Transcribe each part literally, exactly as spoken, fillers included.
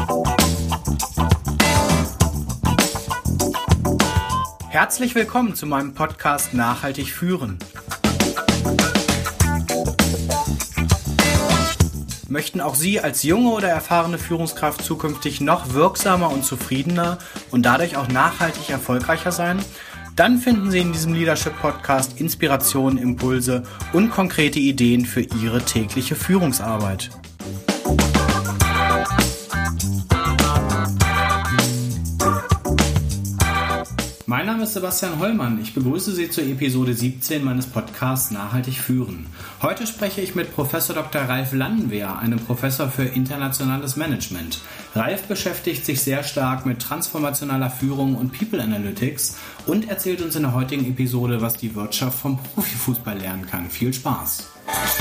Herzlich willkommen zu meinem Podcast Nachhaltig führen. Möchten auch Sie als junge oder erfahrene Führungskraft zukünftig noch wirksamer und zufriedener und dadurch auch nachhaltig erfolgreicher sein? Dann finden Sie in diesem Leadership-Podcast Inspirationen, Impulse und konkrete Ideen für Ihre tägliche Führungsarbeit. Mein Name ist Sebastian Hollmann. Ich begrüße Sie zur Episode siebzehn meines Podcasts Nachhaltig führen. Heute spreche ich mit Professor Doktor Ralf Landenwehr, einem Professor für internationales Management. Ralf beschäftigt sich sehr stark mit transformationaler Führung und People Analytics und erzählt uns in der heutigen Episode, was die Wirtschaft vom Profifußball lernen kann. Viel Spaß!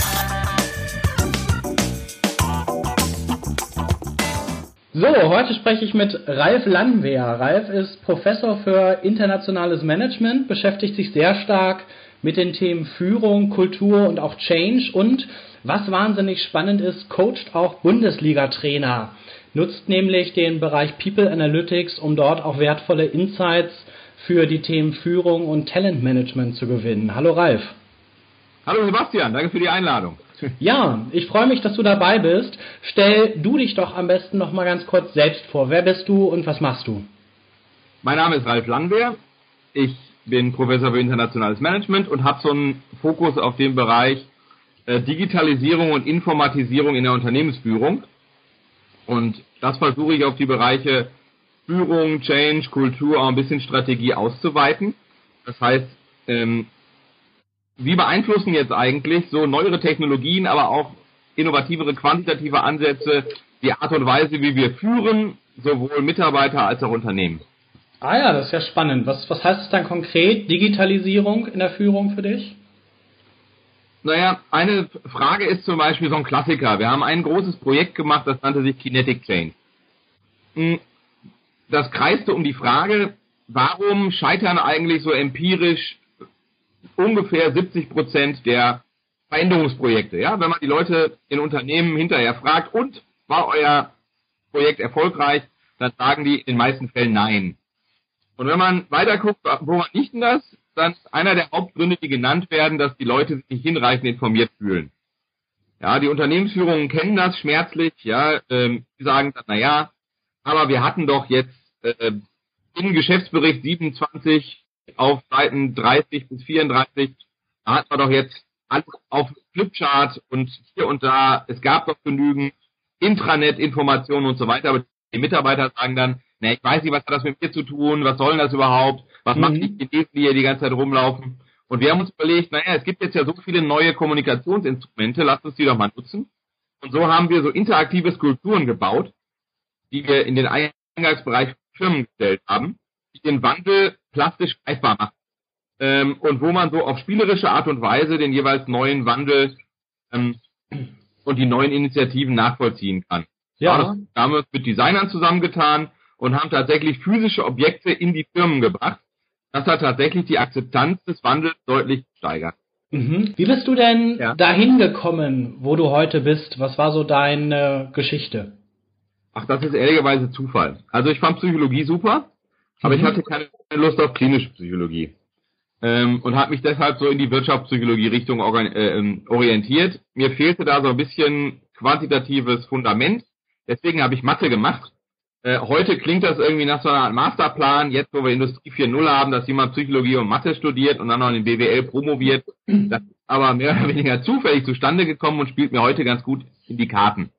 So, heute spreche ich mit Ralf Landenwehr. Ralf ist Professor für internationales Management, beschäftigt sich sehr stark mit den Themen Führung, Kultur und auch Change und, was wahnsinnig spannend ist, coacht auch Bundesliga-Trainer, nutzt nämlich den Bereich People Analytics, um dort auch wertvolle Insights für die Themen Führung und Talentmanagement zu gewinnen. Hallo Ralf. Hallo Sebastian, danke für die Einladung. Ja, ich freue mich, dass du dabei bist. Stell du dich doch am besten noch mal ganz kurz selbst vor. Wer bist du und was machst du? Mein Name ist Ralf Landenwehr. Ich bin Professor für internationales Management und habe so einen Fokus auf den Bereich äh, Digitalisierung und Informatisierung in der Unternehmensführung. Und das versuche ich auf die Bereiche Führung, Change, Kultur, auch ein bisschen Strategie auszuweiten. Das heißt, ähm, wie beeinflussen jetzt eigentlich so neuere Technologien, aber auch innovativere quantitative Ansätze die Art und Weise, wie wir führen, sowohl Mitarbeiter als auch Unternehmen? Ah ja, das ist ja spannend. Was, was heißt es dann konkret, Digitalisierung in der Führung für dich? Naja, eine Frage ist zum Beispiel so ein Klassiker. Wir haben ein großes Projekt gemacht, das nannte sich Kinetic Change. Das kreiste um die Frage, warum scheitern eigentlich so empirisch ungefähr siebzig Prozent der Veränderungsprojekte. Ja, wenn man die Leute in Unternehmen hinterher fragt, und war euer Projekt erfolgreich, dann sagen die in den meisten Fällen nein. Und wenn man weiter guckt, woran liegt denn das? Dann ist einer der Hauptgründe, die genannt werden, dass die Leute sich nicht hinreichend informiert fühlen. Ja, die Unternehmensführungen kennen das schmerzlich. Ja, ähm, die sagen dann, na ja, aber wir hatten doch jetzt äh, im Geschäftsbericht siebenundzwanzig auf Seiten dreißig bis vierunddreißig, da hat man doch jetzt alles auf Flipchart und hier und da, es gab doch genügend Intranet-Informationen und so weiter, aber die Mitarbeiter sagen dann, ne, ich weiß nicht, was hat das mit mir zu tun, was soll denn das überhaupt, was mhm. macht die Ideen, die hier die ganze Zeit rumlaufen? Und wir haben uns überlegt, naja, es gibt jetzt ja so viele neue Kommunikationsinstrumente, lasst uns die doch mal nutzen. Und so haben wir so interaktive Skulpturen gebaut, die wir in den Eingangsbereich Firmen gestellt haben, die den Wandel plastisch greifbar machen. Ähm, und wo man so auf spielerische Art und Weise den jeweils neuen Wandel ähm, und die neuen Initiativen nachvollziehen kann. Ja. Das, da haben wir uns mit Designern zusammengetan und haben tatsächlich physische Objekte in die Firmen gebracht. Das hat tatsächlich die Akzeptanz des Wandels deutlich gesteigert. Mhm. Wie bist du denn ja. dahin gekommen, wo du heute bist? Was war so deine Geschichte? Ach, das ist ehrlicherweise Zufall. Also ich fand Psychologie super, aber mhm. ich hatte keine Lust auf klinische Psychologie. Ähm, und habe mich deshalb so in die Wirtschaftspsychologie-Richtung äh, orientiert. Mir fehlte da so ein bisschen quantitatives Fundament. Deswegen habe ich Mathe gemacht. Äh, heute klingt das irgendwie nach so einer Art Masterplan. Jetzt, wo wir Industrie vier Punkt null haben, dass jemand Psychologie und Mathe studiert und dann noch in den B W L promoviert. Das ist aber mehr oder weniger zufällig zustande gekommen und spielt mir heute ganz gut in die Karten.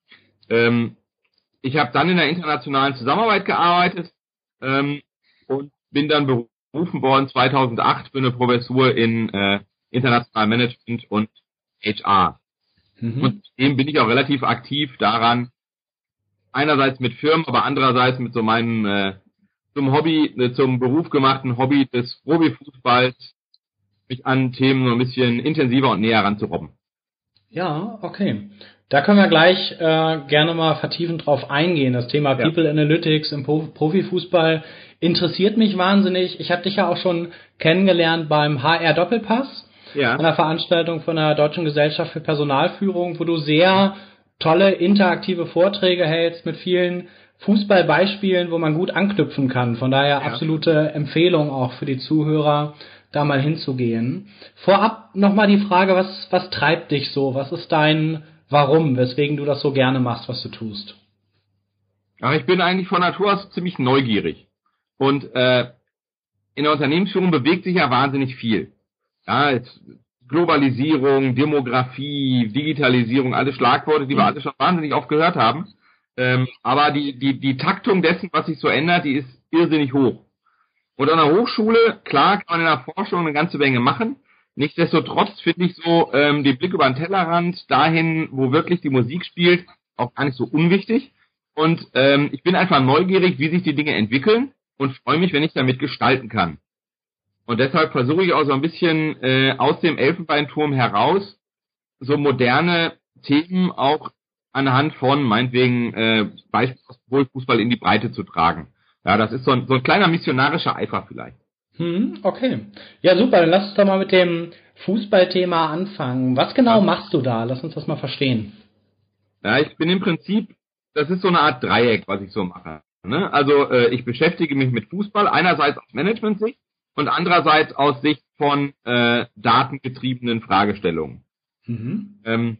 Ähm, ich habe dann in der internationalen Zusammenarbeit gearbeitet ähm, und bin dann berufen worden zweitausendacht für eine Professur in äh, internationalem Management und H R. Mhm. Und dem bin ich auch relativ aktiv daran, einerseits mit Firmen, aber andererseits mit so meinem äh, zum Hobby, äh, zum Beruf gemachten Hobby des Profifußballs, mich an Themen so ein bisschen intensiver und näher ranzurobben. Ja, okay. Da können wir gleich äh, gerne mal vertiefend drauf eingehen. Das Thema ja. People Analytics im Profifußball interessiert mich wahnsinnig. Ich habe dich ja auch schon kennengelernt beim H R Doppelpass, ja. einer Veranstaltung von der Deutschen Gesellschaft für Personalführung, wo du sehr tolle interaktive Vorträge hältst mit vielen Fußballbeispielen, wo man gut anknüpfen kann. Von daher ja. Absolute Empfehlung auch für die Zuhörer, da mal hinzugehen. Vorab nochmal die Frage, was, was treibt dich so? Was ist dein Warum, weswegen du das so gerne machst, was du tust? Ja, ich bin eigentlich von Natur aus ziemlich neugierig. Und äh, in der Unternehmensführung bewegt sich ja wahnsinnig viel. Ja, jetzt Globalisierung, Demografie, Digitalisierung, alle Schlagworte, die wir alle schon wahnsinnig oft gehört haben. Ähm, aber die, die, die Taktung dessen, was sich so ändert, die ist irrsinnig hoch. Und an der Hochschule, klar, kann man in der Forschung eine ganze Menge machen. Nichtsdestotrotz finde ich so ähm, den Blick über den Tellerrand dahin, wo wirklich die Musik spielt, auch gar nicht so unwichtig. Und ähm, ich bin einfach neugierig, wie sich die Dinge entwickeln und freue mich, wenn ich damit gestalten kann. Und deshalb versuche ich auch so ein bisschen äh, aus dem Elfenbeinturm heraus so moderne Themen auch anhand von, meinetwegen, äh, beispielsweise Fußball in die Breite zu tragen. Ja, das ist so ein, so ein kleiner missionarischer Eifer vielleicht. Hm, okay. Ja, super. Dann lass uns doch mal mit dem Fußballthema anfangen. Was genau ja. machst du da? Lass uns das mal verstehen. Ja, ich bin im Prinzip, das ist so eine Art Dreieck, was ich so mache. Ne? Also äh, ich beschäftige mich mit Fußball, einerseits aus Management-Sicht und andererseits aus Sicht von äh, datengetriebenen Fragestellungen. Mhm. Ähm,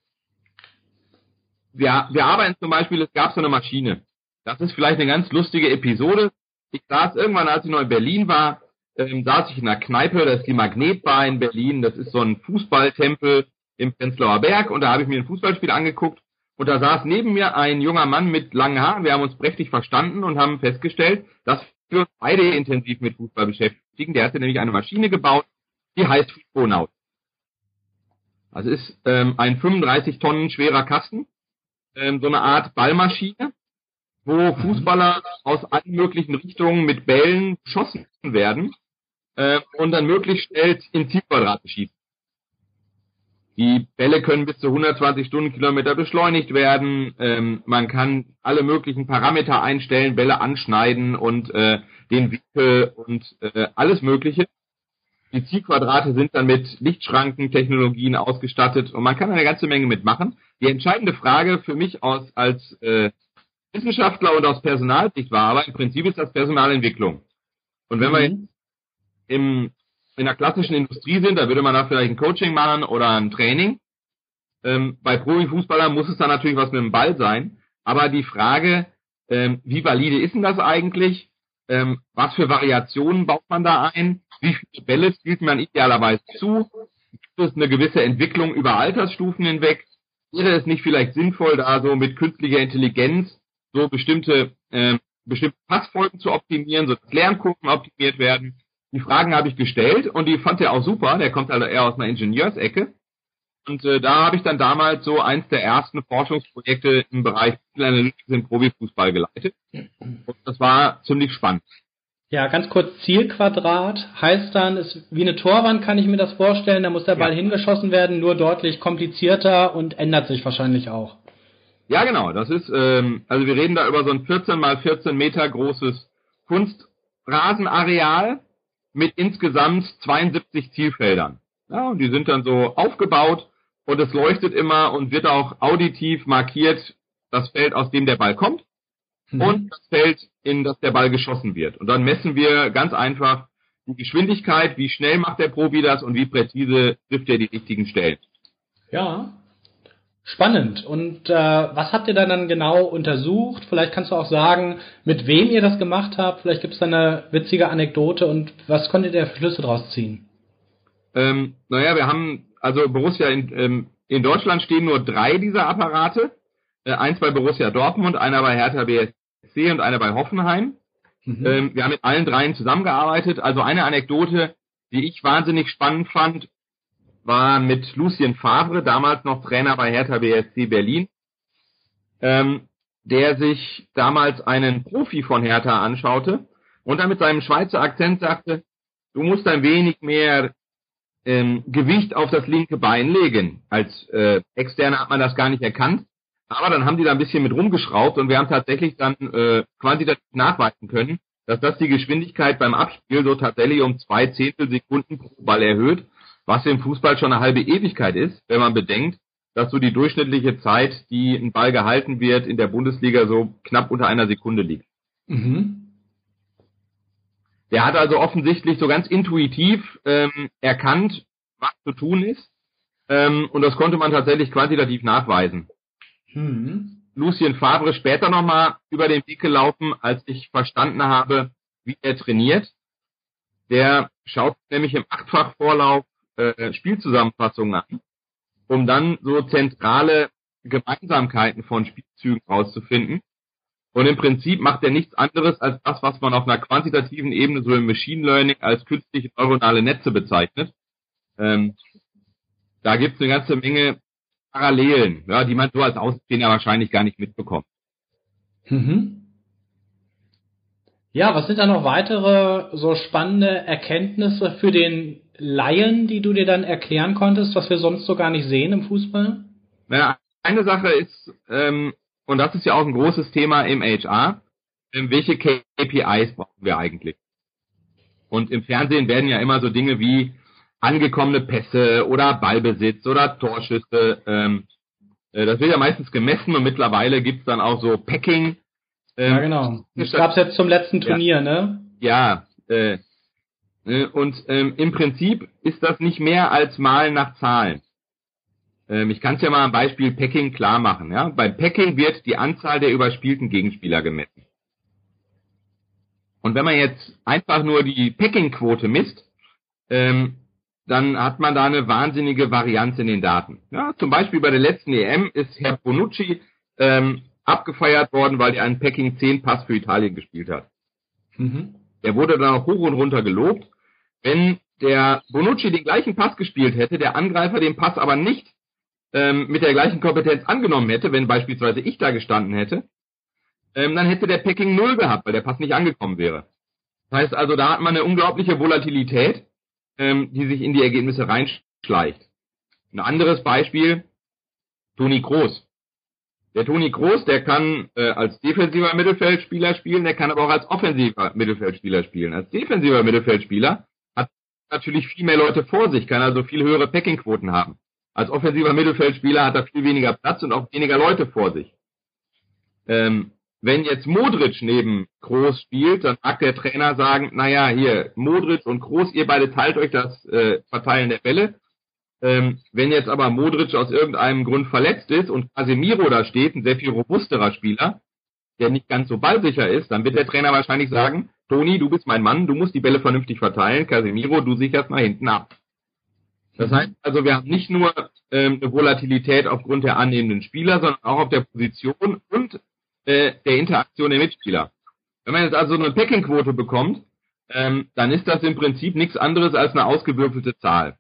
wir, wir arbeiten zum Beispiel, es gab so eine Maschine. Das ist vielleicht eine ganz lustige Episode. Ich saß irgendwann, als ich noch in Berlin war, ähm, saß ich in einer Kneipe, das ist die Magnetbar in Berlin, das ist so ein Fußballtempel im Prenzlauer Berg und da habe ich mir ein Fußballspiel angeguckt und da saß neben mir ein junger Mann mit langen Haaren, wir haben uns prächtig verstanden und haben festgestellt, dass wir uns beide intensiv mit Fußball beschäftigen. Der hatte nämlich eine Maschine gebaut, die heißt Fußbonaut. Das ist ähm, ein fünfunddreißig Tonnen schwerer Kasten, ähm, so eine Art Ballmaschine, wo Fußballer aus allen möglichen Richtungen mit Bällen geschossen werden äh, und dann möglichst schnell in Zielquadrate schießen. Die Bälle können bis zu hundertzwanzig Stundenkilometer beschleunigt werden. Ähm, man kann alle möglichen Parameter einstellen, Bälle anschneiden und äh, den Winkel und äh, alles Mögliche. Die Zielquadrate sind dann mit Lichtschrankentechnologien ausgestattet und man kann eine ganze Menge mitmachen. Die entscheidende Frage für mich aus als äh, Wissenschaftler und aus Personalsicht war, aber im Prinzip ist das Personalentwicklung. Und wenn mhm. wir jetzt im, in der klassischen Industrie sind, da würde man da vielleicht ein Coaching machen oder ein Training. Ähm, bei Profifußballern muss es dann natürlich was mit dem Ball sein. Aber die Frage, ähm, wie valide ist denn das eigentlich? Ähm, was für Variationen baut man da ein? Wie viele Bälle spielt man idealerweise zu? Gibt es eine gewisse Entwicklung über Altersstufen hinweg? Wäre es nicht vielleicht sinnvoll, da so mit künstlicher Intelligenz so bestimmte äh, bestimmte Passfolgen zu optimieren, so dass Lernkurven optimiert werden? Die Fragen habe ich gestellt und die fand er auch super. Der kommt also eher aus einer Ingenieursecke. Und äh, da habe ich dann damals so eins der ersten Forschungsprojekte im Bereich Analytics im Profifußball geleitet. Und das war ziemlich spannend. Ja, ganz kurz, Zielquadrat heißt dann, ist wie eine Torwand, kann ich mir das vorstellen, da muss der Ball ja. hingeschossen werden, nur deutlich komplizierter und ändert sich wahrscheinlich auch. Ja, genau, das ist, ähm, also wir reden da über so ein vierzehn mal vierzehn Meter großes Kunstrasenareal mit insgesamt zweiundsiebzig Zielfeldern. Ja, und die sind dann so aufgebaut und es leuchtet immer und wird auch auditiv markiert, das Feld, aus dem der Ball kommt. Mhm. Und das Feld, in das der Ball geschossen wird. Und dann messen wir ganz einfach die Geschwindigkeit, wie schnell macht der Profi das und wie präzise trifft er die richtigen Stellen. Ja, spannend. Und äh, was habt ihr dann, dann genau untersucht? Vielleicht kannst du auch sagen, mit wem ihr das gemacht habt. Vielleicht gibt es da eine witzige Anekdote und was konntet ihr für Schlüsse draus ziehen? Ähm, naja, wir haben, also Borussia, in, ähm, in Deutschland stehen nur drei dieser Apparate. Äh, eins bei Borussia Dortmund, einer bei Hertha B S C und einer bei Hoffenheim. Mhm. Ähm, wir haben mit allen dreien zusammengearbeitet. Also eine Anekdote, die ich wahnsinnig spannend fand, war mit Lucien Favre, damals noch Trainer bei Hertha B S C Berlin, ähm, der sich damals einen Profi von Hertha anschaute und dann mit seinem Schweizer Akzent sagte, du musst ein wenig mehr ähm, Gewicht auf das linke Bein legen. Als äh, Externer hat man das gar nicht erkannt. Aber dann haben die da ein bisschen mit rumgeschraubt und wir haben tatsächlich dann äh, quantitativ nachweisen können, dass das die Geschwindigkeit beim Abspiel so tatsächlich um zwei Zehntelsekunden pro Ball erhöht, was im Fußball schon eine halbe Ewigkeit ist, wenn man bedenkt, dass so die durchschnittliche Zeit, die ein Ball gehalten wird, in der Bundesliga so knapp unter einer Sekunde liegt. Mhm. Der hat also offensichtlich so ganz intuitiv ähm, erkannt, was zu tun ist. Ähm, und das konnte man tatsächlich quantitativ nachweisen. Mhm. Lucien Favre später nochmal über den Weg gelaufen, als ich verstanden habe, wie er trainiert. Der schaut nämlich im Achtfachvorlauf äh, Spielzusammenfassungen an, um dann so zentrale Gemeinsamkeiten von Spielzügen rauszufinden. Und im Prinzip macht er nichts anderes als das, was man auf einer quantitativen Ebene so im Machine Learning als künstliche neuronale Netze bezeichnet. Ähm, da gibt es eine ganze Menge Parallelen, ja, die man so als Außenstehender wahrscheinlich gar nicht mitbekommt. Mhm. Ja, was sind da noch weitere so spannende Erkenntnisse für den Laien, die du dir dann erklären konntest, was wir sonst so gar nicht sehen im Fußball? Naja, eine Sache ist, ähm, und das ist ja auch ein großes Thema im H R, ähm, welche K P Is brauchen wir eigentlich? Und im Fernsehen werden ja immer so Dinge wie angekommene Pässe oder Ballbesitz oder Torschüsse, ähm, äh, das wird ja meistens gemessen und mittlerweile gibt's dann auch so Packing. Ähm, ja, genau. Das gab's jetzt zum letzten Turnier, ja, ne? Ja, äh, äh, und ähm, im Prinzip ist das nicht mehr als Malen nach Zahlen. Ähm, ich kann es ja mal am Beispiel Packing klar machen. Ja? Beim Packing wird die Anzahl der überspielten Gegenspieler gemessen. Und wenn man jetzt einfach nur die Packing-Quote misst, ähm, dann hat man da eine wahnsinnige Varianz in den Daten. Ja, zum Beispiel bei der letzten E M ist Herr Bonucci ähm, abgefeiert worden, weil er einen Packing zehn Pass für Italien gespielt hat. Mhm. Der wurde dann auch hoch und runter gelobt. Wenn der Bonucci den gleichen Pass gespielt hätte, der Angreifer den Pass aber nicht ähm, mit der gleichen Kompetenz angenommen hätte, wenn beispielsweise ich da gestanden hätte, ähm, dann hätte der Packing null gehabt, weil der Pass nicht angekommen wäre. Das heißt also, da hat man eine unglaubliche Volatilität, ähm, die sich in die Ergebnisse reinschleicht. Ein anderes Beispiel, Toni Kroos. Der Toni Kroos, der kann äh, als defensiver Mittelfeldspieler spielen, der kann aber auch als offensiver Mittelfeldspieler spielen. Als defensiver Mittelfeldspieler hat natürlich viel mehr Leute vor sich, kann also viel höhere Packingquoten haben. Als offensiver Mittelfeldspieler hat er viel weniger Platz und auch weniger Leute vor sich. Ähm, wenn jetzt Modric neben Kroos spielt, dann mag der Trainer sagen, naja, hier, Modric und Kroos, ihr beide teilt euch das äh, Verteilen der Bälle. Ähm, wenn jetzt aber Modric aus irgendeinem Grund verletzt ist und Casemiro da steht, ein sehr viel robusterer Spieler, der nicht ganz so ballsicher ist, dann wird der Trainer wahrscheinlich sagen, Toni, du bist mein Mann, du musst die Bälle vernünftig verteilen, Casemiro, du sicherst mal hinten ab. Das heißt also, wir haben nicht nur ähm, eine Volatilität aufgrund der annehmenden Spieler, sondern auch auf der Position und äh, der Interaktion der Mitspieler. Wenn man jetzt also eine Packing-Quote bekommt, ähm, dann ist das im Prinzip nichts anderes als eine ausgewürfelte Zahl.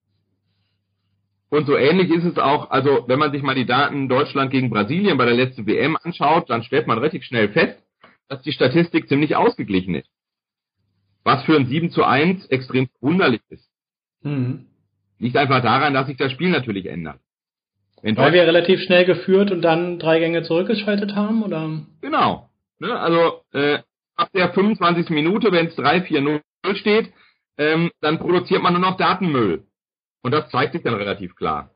Und so ähnlich ist es auch, also wenn man sich mal die Daten Deutschland gegen Brasilien bei der letzten W M anschaut, dann stellt man relativ schnell fest, dass die Statistik ziemlich ausgeglichen ist. Was für ein sieben zu eins extrem wunderlich ist. Mhm. Liegt einfach daran, dass sich das Spiel natürlich ändert. Wenn Weil wir relativ schnell geführt und dann drei Gänge zurückgeschaltet haben, oder? Genau. Ne, also äh, ab der fünfundzwanzigsten Minute, wenn es drei vier null steht, ähm, dann produziert man nur noch Datenmüll. Und das zeigt sich dann relativ klar.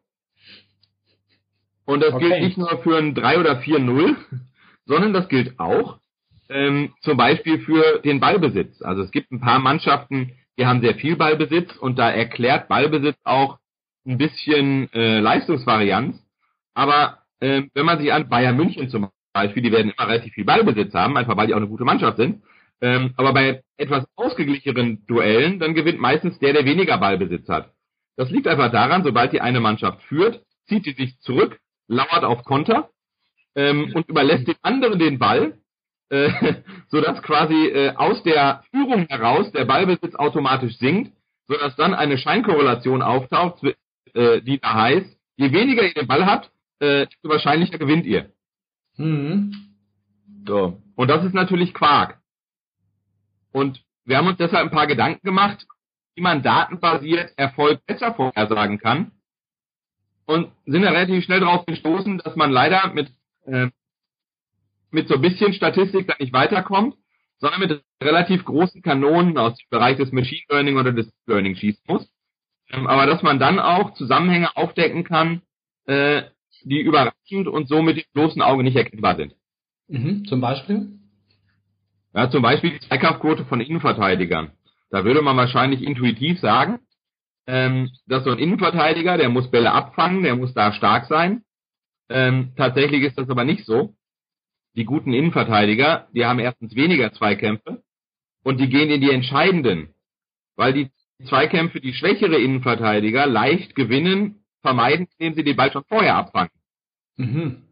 Und das Okay. gilt nicht nur für ein drei oder vier null, sondern das gilt auch ähm, zum Beispiel für den Ballbesitz. Also es gibt ein paar Mannschaften, die haben sehr viel Ballbesitz und da erklärt Ballbesitz auch ein bisschen äh, Leistungsvarianz. Aber äh, wenn man sich an Bayern München zum Beispiel, die werden immer relativ viel Ballbesitz haben, einfach weil die auch eine gute Mannschaft sind. Ähm, aber bei etwas ausgeglichenen Duellen, dann gewinnt meistens der, der weniger Ballbesitz hat. Das liegt einfach daran, sobald die eine Mannschaft führt, zieht sie sich zurück, lauert auf Konter ähm, und überlässt dem anderen den Ball, äh, sodass quasi äh, aus der Führung heraus der Ballbesitz automatisch sinkt, sodass dann eine Scheinkorrelation auftaucht, äh, die da heißt, je weniger ihr den Ball habt, äh, desto wahrscheinlicher gewinnt ihr. Mhm. So. Und das ist natürlich Quark. Und wir haben uns deshalb ein paar Gedanken gemacht, wie man datenbasiert Erfolg besser vorhersagen kann. Und sind da relativ schnell drauf gestoßen, dass man leider mit, äh, mit so ein bisschen Statistik da nicht weiterkommt, sondern mit relativ großen Kanonen aus dem Bereich des Machine Learning oder des Deep Learning schießen muss. Ähm, aber dass man dann auch Zusammenhänge aufdecken kann, äh, die überraschend und so mit dem bloßen Auge nicht erkennbar sind. Mhm. Zum Beispiel? Ja, zum Beispiel die Zweikampfquote von Innenverteidigern. Da würde man wahrscheinlich intuitiv sagen, ähm, dass so ein Innenverteidiger, der muss Bälle abfangen, der muss da stark sein. Ähm, tatsächlich ist das aber nicht so. Die guten Innenverteidiger, die haben erstens weniger Zweikämpfe und die gehen in die entscheidenden, weil die Zweikämpfe die schwächere Innenverteidiger leicht gewinnen, vermeiden, indem sie den Ball schon vorher abfangen. Mhm.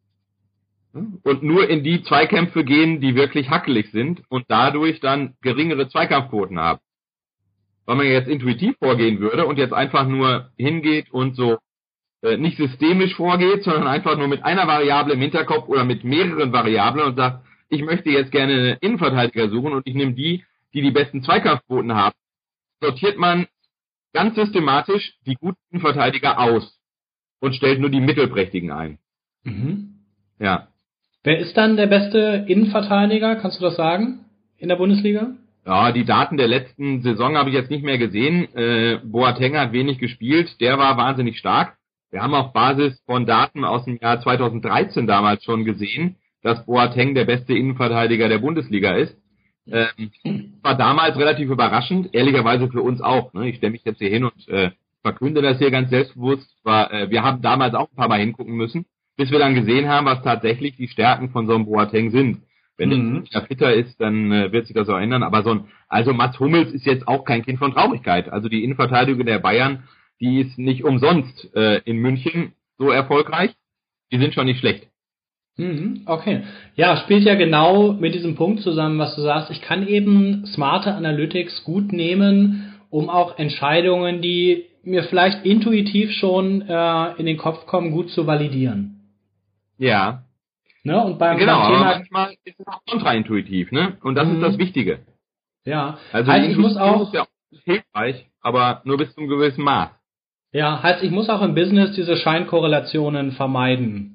Und nur in die Zweikämpfe gehen, die wirklich hackelig sind und dadurch dann geringere Zweikampfquoten haben. Wenn man jetzt intuitiv vorgehen würde und jetzt einfach nur hingeht und so äh, nicht systemisch vorgeht, sondern einfach nur mit einer Variable im Hinterkopf oder mit mehreren Variablen und sagt, ich möchte jetzt gerne einen Innenverteidiger suchen und ich nehme die, die die besten Zweikampfquoten haben, sortiert man ganz systematisch die guten Innenverteidiger aus und stellt nur die mittelprächtigen ein. Mhm. Ja. Wer ist dann der beste Innenverteidiger? Kannst du das sagen? In der Bundesliga? Ja, die Daten der letzten Saison habe ich jetzt nicht mehr gesehen. Äh, Boateng hat wenig gespielt, der war wahnsinnig stark. Wir haben auf Basis von Daten aus dem Jahr zweitausenddreizehn damals schon gesehen, dass Boateng der beste Innenverteidiger der Bundesliga ist. Ähm, war damals relativ überraschend, ehrlicherweise für uns auch. Ne? Ich stelle mich jetzt hier hin und äh, verkünde das hier ganz selbstbewusst. War, äh, wir haben damals auch ein paar Mal hingucken müssen, bis wir dann gesehen haben, was tatsächlich die Stärken von so einem Boateng sind. Wenn mhm. der fitter ist, dann äh, wird sich das auch ändern. Aber so ein, also Mats Hummels ist jetzt auch kein Kind von Traurigkeit. Also die Innenverteidigung der Bayern, die ist nicht umsonst äh, in München so erfolgreich. Die sind schon nicht schlecht. Mhm, okay. Ja, spielt ja genau mit diesem Punkt zusammen, was du sagst. Ich kann eben smarte Analytics gut nehmen, um auch Entscheidungen, die mir vielleicht intuitiv schon äh, in den Kopf kommen, gut zu validieren. Ja. Ne? Und beim, genau, beim Thema, aber manchmal ist es auch kontraintuitiv, ne? Und das mhm. ist das Wichtige. Ja. Also heißt, ich muss auch ist ja hilfreich, aber nur bis zu einem gewissen Maß. Ja, heißt, ich muss auch im Business diese Scheinkorrelationen vermeiden.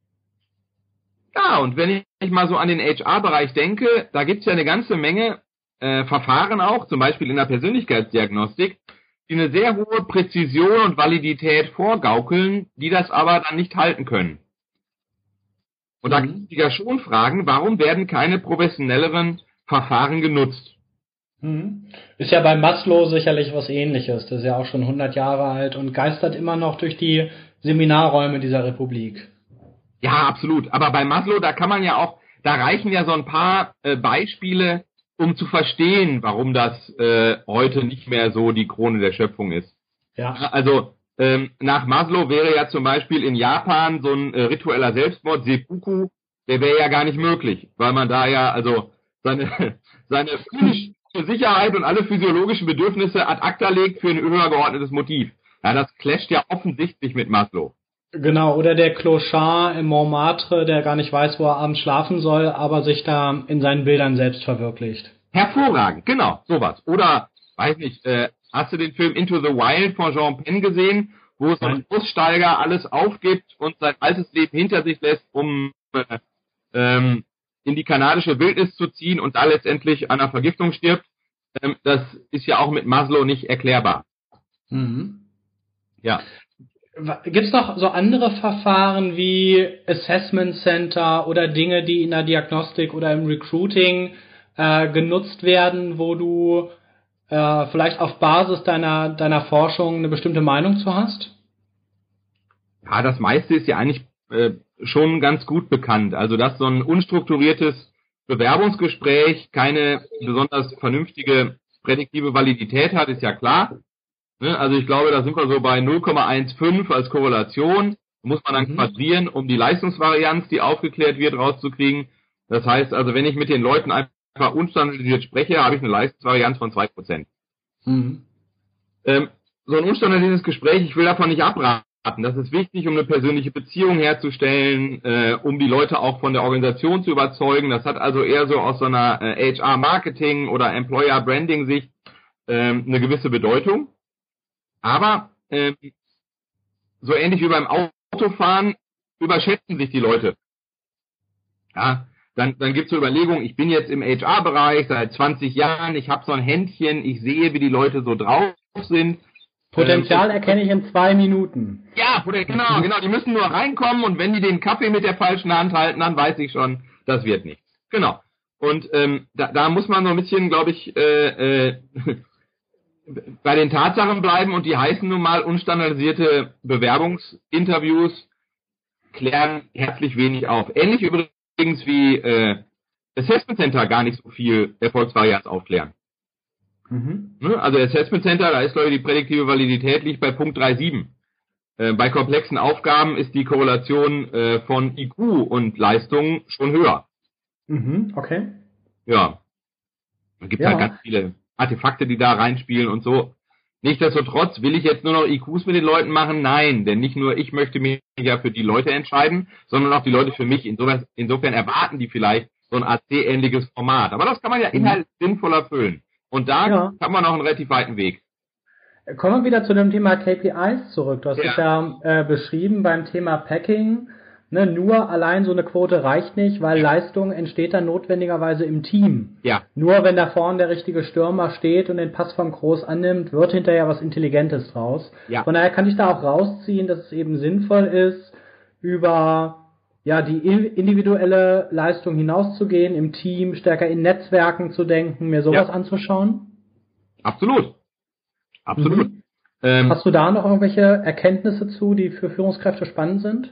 Ja, und wenn ich mal so an den H R-Bereich denke, da gibt's ja eine ganze Menge äh, Verfahren auch, zum Beispiel in der Persönlichkeitsdiagnostik, die eine sehr hohe Präzision und Validität vorgaukeln, die das aber dann nicht halten können. Und mhm. da kann ich ja schon fragen, warum werden keine professionelleren Verfahren genutzt? Mhm. Ist ja bei Maslow sicherlich was Ähnliches. Das ist ja auch schon hundert Jahre alt und geistert immer noch durch die Seminarräume dieser Republik. Ja, absolut. Aber bei Maslow, da kann man ja auch, da reichen ja so ein paar äh, Beispiele, um zu verstehen, warum das äh, heute nicht mehr so die Krone der Schöpfung ist. Ja. Also ähm, nach Maslow wäre ja zum Beispiel in Japan so ein äh, ritueller Selbstmord, Seppuku, der wäre ja gar nicht möglich, weil man da ja also seine seine physische Sicherheit und alle physiologischen Bedürfnisse ad acta legt für ein übergeordnetes Motiv. Ja, das clasht ja offensichtlich mit Maslow. Genau, oder der Clochard im Montmartre, der gar nicht weiß, wo er abends schlafen soll, aber sich da in seinen Bildern selbst verwirklicht. Hervorragend, genau, sowas. Oder, weiß nicht, äh, hast du den Film Into the Wild von Jean Penn gesehen, wo so ein Aussteiger alles aufgibt und sein altes Leben hinter sich lässt, um äh, ähm, in die kanadische Wildnis zu ziehen und da letztendlich an einer Vergiftung stirbt? Ähm, das ist ja auch mit Maslow nicht erklärbar. Mhm. Ja. Gibt es noch so andere Verfahren wie Assessment Center oder Dinge, die in der Diagnostik oder im Recruiting äh, genutzt werden, wo du äh, vielleicht auf Basis deiner, deiner Forschung eine bestimmte Meinung zu hast? Ja, das meiste ist ja eigentlich äh, schon ganz gut bekannt. Also, dass so ein unstrukturiertes Bewerbungsgespräch keine besonders vernünftige prädiktive Validität hat, ist ja klar. Also ich glaube, da sind wir so bei null Komma fünfzehn als Korrelation. Muss man dann mhm. quadrieren, um die Leistungsvarianz, die aufgeklärt wird, rauszukriegen. Das heißt also, wenn ich mit den Leuten einfach unstandardisiert spreche, habe ich eine Leistungsvarianz von zwei Prozent. Mhm. Ähm, so ein unstandardisiertes Gespräch, ich will davon nicht abraten. Das ist wichtig, um eine persönliche Beziehung herzustellen, äh, um die Leute auch von der Organisation zu überzeugen. Das hat also eher so aus so einer äh, H R-Marketing- oder Employer-Branding-Sicht äh, eine gewisse Bedeutung. Aber ähm, so ähnlich wie beim Autofahren überschätzen sich die Leute. Ja, dann, dann gibt es so Überlegungen, ich bin jetzt im H R-Bereich seit zwanzig Jahren, ich habe so ein Händchen, ich sehe, wie die Leute so drauf sind. Potenzial ähm, erkenne ich in zwei Minuten. Ja, genau, genau. Die müssen nur reinkommen und wenn die den Kaffee mit der falschen Hand halten, dann weiß ich schon, das wird nichts. Genau. Und ähm, da, da muss man so ein bisschen, glaube ich, äh, äh, bei den Tatsachen bleiben und die heißen nun mal unstandardisierte Bewerbungsinterviews klären herzlich wenig auf. Ähnlich übrigens wie äh, Assessment Center gar nicht so viel Erfolgsvarianz aufklären. Mhm. Also Assessment Center, da ist, glaube ich, die prädiktive Validität liegt bei Punkt drei Komma sieben. Äh, bei komplexen Aufgaben ist die Korrelation äh, von I Q und Leistung schon höher. Mhm, okay. Ja. Da gibt es ja. halt ganz viele Artefakte, die da reinspielen und so. Nichtsdestotrotz will ich jetzt nur noch I Qs mit den Leuten machen? Nein, denn nicht nur ich möchte mich ja für die Leute entscheiden, sondern auch die Leute für mich. Insofern, insofern erwarten die vielleicht so ein A C-ähnliches Format. Aber das kann man ja inhaltlich mhm. sinnvoll erfüllen. Und da ja. hat man noch einen relativ weiten Weg. Kommen wir wieder zu dem Thema K P Is zurück. Du hast ja. es ja äh, beschrieben beim Thema Packing. Ne, nur allein so eine Quote reicht nicht, weil ja. Leistung entsteht dann notwendigerweise im Team. Ja. Nur wenn da vorne der richtige Stürmer steht und den Pass vom Groß annimmt, wird hinterher was Intelligentes draus. Ja. Von daher kann ich da auch rausziehen, dass es eben sinnvoll ist, über ja die individuelle Leistung hinauszugehen, im Team stärker in Netzwerken zu denken, mir sowas ja. anzuschauen. Absolut. Absolut. Mhm. Ähm, Hast du da noch irgendwelche Erkenntnisse zu, die für Führungskräfte spannend sind?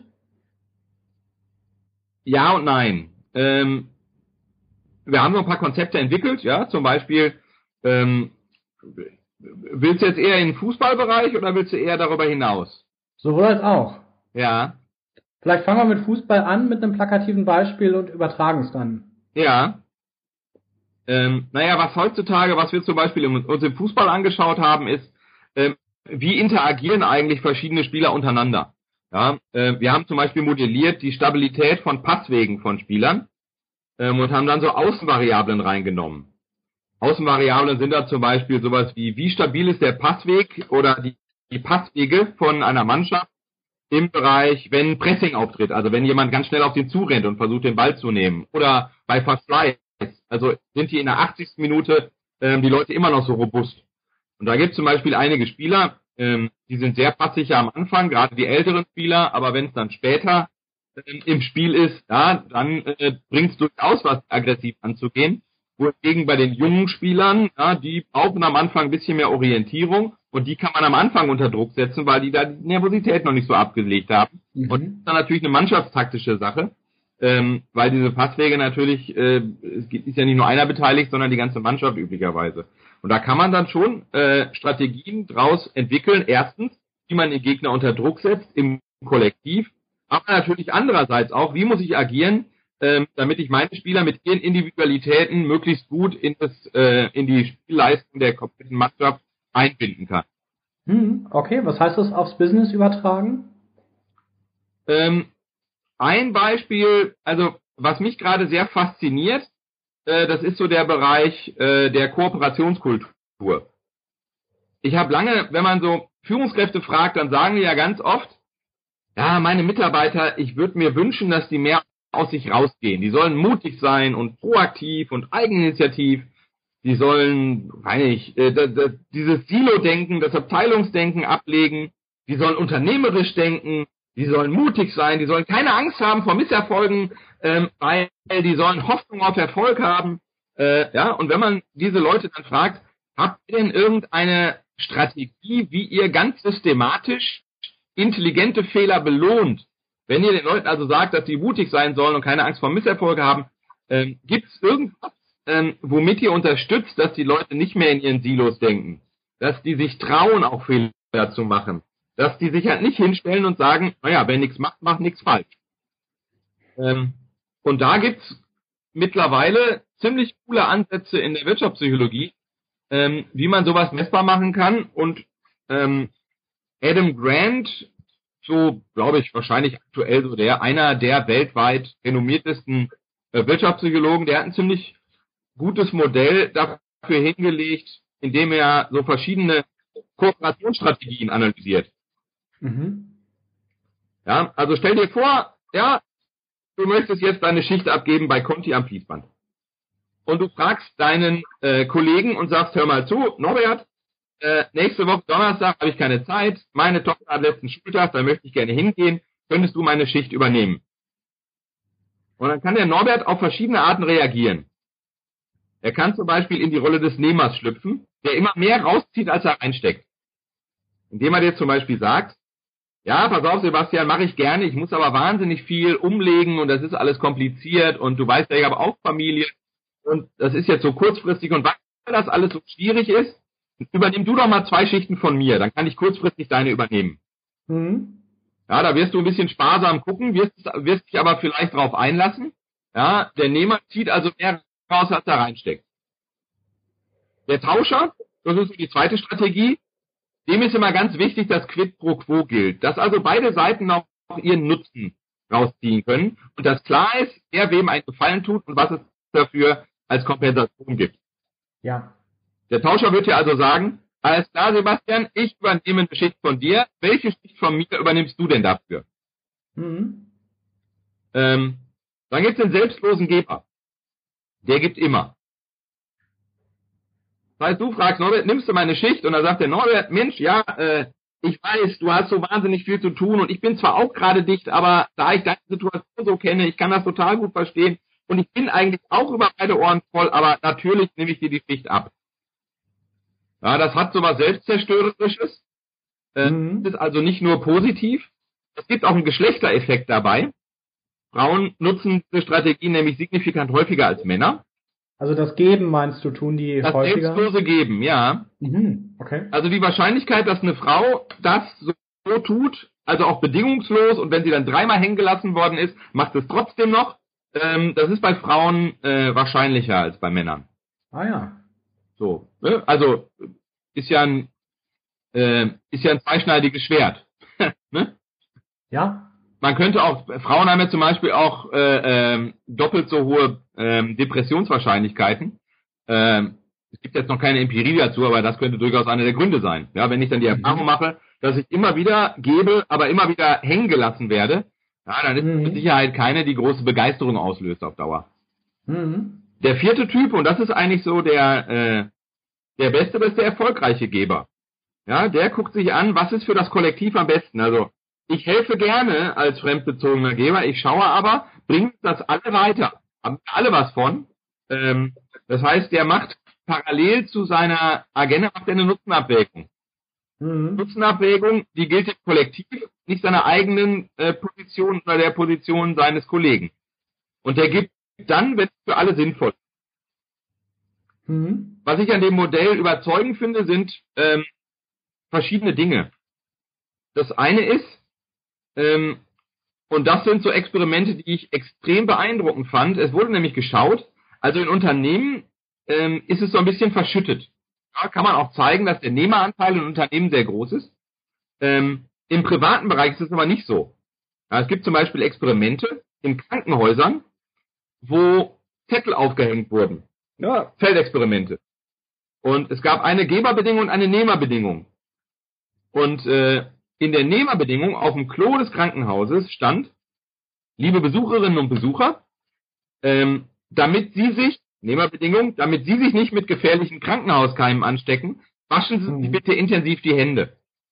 Ja und nein. Ähm, wir haben so ein paar Konzepte entwickelt, ja, zum Beispiel, ähm, willst du jetzt eher in den Fußballbereich oder willst du eher darüber hinaus? Sowohl als auch. Ja. Vielleicht fangen wir mit Fußball an, mit einem plakativen Beispiel und übertragen es dann. Ja. Ähm, naja, was heutzutage, was wir zum Beispiel uns im Fußball angeschaut haben, ist, ähm, wie interagieren eigentlich verschiedene Spieler untereinander? Ja, äh, wir haben zum Beispiel modelliert die Stabilität von Passwegen von Spielern ähm, und haben dann so Außenvariablen reingenommen. Außenvariablen sind da zum Beispiel sowas wie, wie stabil ist der Passweg oder die, die Passwege von einer Mannschaft im Bereich, wenn Pressing auftritt, also wenn jemand ganz schnell auf den zurennt und versucht, den Ball zu nehmen. Oder bei Verschleiß, also sind die in der achtzigsten Minute ähm, die Leute immer noch so robust. Und da gibt es zum Beispiel einige Spieler, ähm, die sind sehr passsicher am Anfang, gerade die älteren Spieler, aber wenn es dann später ähm, im Spiel ist, ja, dann äh, bringt es durchaus was, aggressiv anzugehen. Wohingegen bei den jungen Spielern, ja, die brauchen am Anfang ein bisschen mehr Orientierung und die kann man am Anfang unter Druck setzen, weil die da die Nervosität noch nicht so abgelegt haben. Mhm. Und das ist dann natürlich eine mannschaftstaktische Sache, ähm, weil diese Passwege natürlich, äh, es ist ja nicht nur einer beteiligt, sondern die ganze Mannschaft üblicherweise. Und da kann man dann schon äh, Strategien draus entwickeln. Erstens, wie man den Gegner unter Druck setzt im Kollektiv, aber natürlich andererseits auch, wie muss ich agieren, ähm, damit ich meine Spieler mit ihren Individualitäten möglichst gut in das äh, in die Spielleistung der kompletten Mannschaft einbinden kann. Hm, okay, was heißt das aufs Business übertragen? Ähm, ein Beispiel, also was mich gerade sehr fasziniert, äh, das ist so der Bereich äh, der Kooperationskultur. Ich habe lange, wenn man so Führungskräfte fragt, dann sagen die ja ganz oft, ja, meine Mitarbeiter, ich würde mir wünschen, dass die mehr aus sich rausgehen. Die sollen mutig sein und proaktiv und eigeninitiativ. Die sollen, weiß ich, äh, das, das, dieses Silo-Denken, das Abteilungsdenken ablegen. Die sollen unternehmerisch denken. Die sollen mutig sein. Die sollen keine Angst haben vor Misserfolgen, ähm, weil die sollen Hoffnung auf Erfolg haben. Äh, ja, und wenn man diese Leute dann fragt, habt ihr denn irgendeine Strategie, wie ihr ganz systematisch intelligente Fehler belohnt? Wenn ihr den Leuten also sagt, dass die mutig sein sollen und keine Angst vor Misserfolge haben, ähm, gibt es irgendwas, ähm, womit ihr unterstützt, dass die Leute nicht mehr in ihren Silos denken? Dass die sich trauen, auch Fehler zu machen? Dass die sich halt nicht hinstellen und sagen, naja, wer nichts macht, macht nichts falsch. Ähm, und da gibt's mittlerweile ziemlich coole Ansätze in der Wirtschaftspsychologie, ähm, wie man sowas messbar machen kann. Und ähm, Adam Grant, so glaube ich wahrscheinlich aktuell so der einer der weltweit renommiertesten äh, Wirtschaftspsychologen, der hat ein ziemlich gutes Modell dafür hingelegt, indem er so verschiedene Kooperationsstrategien analysiert. Mhm. Ja, also stell dir vor, ja, du möchtest jetzt deine Schicht abgeben bei Conti am Fließband. Und du fragst deinen äh, Kollegen und sagst, hör mal zu, Norbert, äh, nächste Woche Donnerstag habe ich keine Zeit, meine Tochter hat letzten Schultag, da möchte ich gerne hingehen, könntest du meine Schicht übernehmen? Und dann kann der Norbert auf verschiedene Arten reagieren. Er kann zum Beispiel in die Rolle des Nehmers schlüpfen, der immer mehr rauszieht, als er reinsteckt. Indem er dir zum Beispiel sagt, ja, pass auf, Sebastian, mache ich gerne, ich muss aber wahnsinnig viel umlegen und das ist alles kompliziert und du weißt ja, ich habe auch Familie und das ist jetzt so kurzfristig und weil das alles so schwierig ist, übernimm du doch mal zwei Schichten von mir, dann kann ich kurzfristig deine übernehmen. Mhm. Ja, da wirst du ein bisschen sparsam gucken, wirst, wirst dich aber vielleicht drauf einlassen. Ja, der Nehmer zieht also mehr raus, als er reinsteckt. Der Tauscher, das ist die zweite Strategie, dem ist immer ganz wichtig, dass Quid pro Quo gilt. Dass also beide Seiten auch ihren Nutzen rausziehen können und dass klar ist, wer wem einen Gefallen tut und was es dafür als Kompensation gibt. Ja. Der Tauscher wird ja also sagen, alles klar, Sebastian, ich übernehme eine Schicht von dir. Welche Schicht von mir übernimmst du denn dafür? Mhm. Ähm, dann gibt es den selbstlosen Geber. Der gibt immer. Das heißt, du fragst Norbert, nimmst du meine Schicht? Und dann sagt der Norbert, Mensch, ja, äh, ich weiß, du hast so wahnsinnig viel zu tun und ich bin zwar auch gerade dicht, aber da ich deine Situation so kenne, ich kann das total gut verstehen und ich bin eigentlich auch über beide Ohren voll, aber natürlich nehme ich dir die Schicht ab. Ja, das hat so was Selbstzerstörerisches. Äh, mhm. Das ist also nicht nur positiv. Es gibt auch einen Geschlechtereffekt dabei. Frauen nutzen diese Strategie nämlich signifikant häufiger als Männer. Also das Geben, meinst du, tun die das häufiger? Das selbstlose Geben, ja. Mhm, okay. Also die Wahrscheinlichkeit, dass eine Frau das so, so tut, also auch bedingungslos, und wenn sie dann dreimal hängen gelassen worden ist, macht es trotzdem noch, ähm, das ist bei Frauen äh, wahrscheinlicher als bei Männern. Ah ja. So, ne? Also ist ja ein äh, ist ja ein zweischneidiges Schwert. Ne? Ja. Man könnte auch, Frauen haben ja zum Beispiel auch äh, ähm, doppelt so hohe ähm, Depressionswahrscheinlichkeiten. Ähm, es gibt jetzt noch keine Empirie dazu, aber das könnte durchaus einer der Gründe sein. Ja, wenn ich dann die Erfahrung mhm. mache, dass ich immer wieder gebe, aber immer wieder hängen gelassen werde, ja, dann ist mhm. mit Sicherheit keine, die große Begeisterung auslöst auf Dauer. Mhm. Der vierte Typ, und das ist eigentlich so der äh, der beste, das ist der erfolgreiche Geber. Ja, der guckt sich an, was ist für das Kollektiv am besten. Also ich helfe gerne als fremdbezogener Geber, ich schaue aber, bringt das alle weiter, haben alle was von. Ähm, das heißt, der macht parallel zu seiner Agenda macht er eine Nutzenabwägung. Mhm. Nutzenabwägung, die gilt im Kollektiv, nicht seiner eigenen äh, Position oder der Position seines Kollegen. Und der gibt dann, wenn es für alle sinnvoll ist. Mhm. Was ich an dem Modell überzeugend finde, sind ähm, verschiedene Dinge. Das eine ist, ähm, und das sind so Experimente, die ich extrem beeindruckend fand. Es wurde nämlich geschaut, also in Unternehmen ähm, ist es so ein bisschen verschüttet. Da kann man auch zeigen, dass der Nehmeranteil in Unternehmen sehr groß ist. Ähm, im privaten Bereich ist es aber nicht so. Ja, es gibt zum Beispiel Experimente in Krankenhäusern, wo Zettel aufgehängt wurden. Ja, Feldexperimente. Und es gab eine Geberbedingung und eine Nehmerbedingung. Und äh, in der Nehmerbedingung auf dem Klo des Krankenhauses stand, liebe Besucherinnen und Besucher, ähm, damit Sie sich, Nehmerbedingung, damit Sie sich nicht mit gefährlichen Krankenhauskeimen anstecken, waschen Sie sich bitte intensiv die Hände.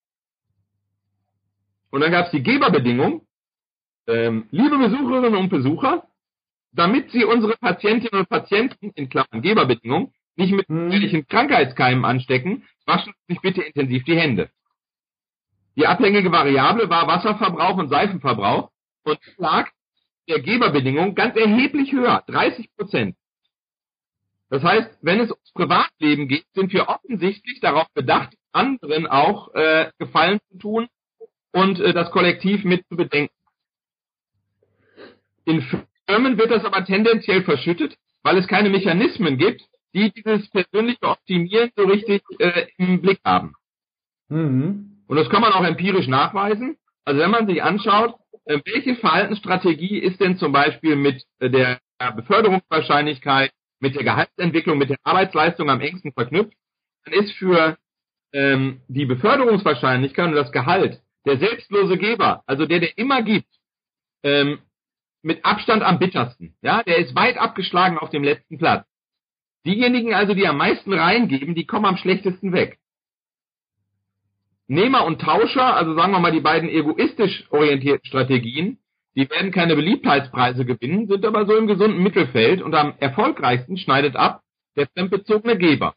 Und dann gab es die Geberbedingung, ähm, liebe Besucherinnen und Besucher, damit Sie unsere Patientinnen und Patienten, in Klammern Geberbedingung, nicht mit gefährlichen Krankheitskeimen anstecken, waschen Sie sich bitte intensiv die Hände. Die abhängige Variable war Wasserverbrauch und Seifenverbrauch und lag der Geberbedingung ganz erheblich höher, dreißig Prozent. Das heißt, wenn es ums Privatleben geht, sind wir offensichtlich darauf bedacht, anderen auch äh, Gefallen zu tun und äh, das Kollektiv mit zu bedenken. In Firmen wird das aber tendenziell verschüttet, weil es keine Mechanismen gibt, die dieses persönliche Optimieren so richtig äh, im Blick haben. Mhm. Und das kann man auch empirisch nachweisen. Also wenn man sich anschaut, äh, welche Verhaltensstrategie ist denn zum Beispiel mit äh, der Beförderungswahrscheinlichkeit, mit der Gehaltsentwicklung, mit der Arbeitsleistung am engsten verknüpft, dann ist für ähm, die Beförderungswahrscheinlichkeit und das Gehalt der selbstlose Geber, also der, der immer gibt, ähm, mit Abstand am bittersten. Ja, der ist weit abgeschlagen auf dem letzten Platz. Diejenigen also, die am meisten reingeben, die kommen am schlechtesten weg. Nehmer und Tauscher, also sagen wir mal die beiden egoistisch orientierten Strategien, die werden keine Beliebtheitspreise gewinnen, sind aber so im gesunden Mittelfeld und am erfolgreichsten schneidet ab der fremdbezogene Geber.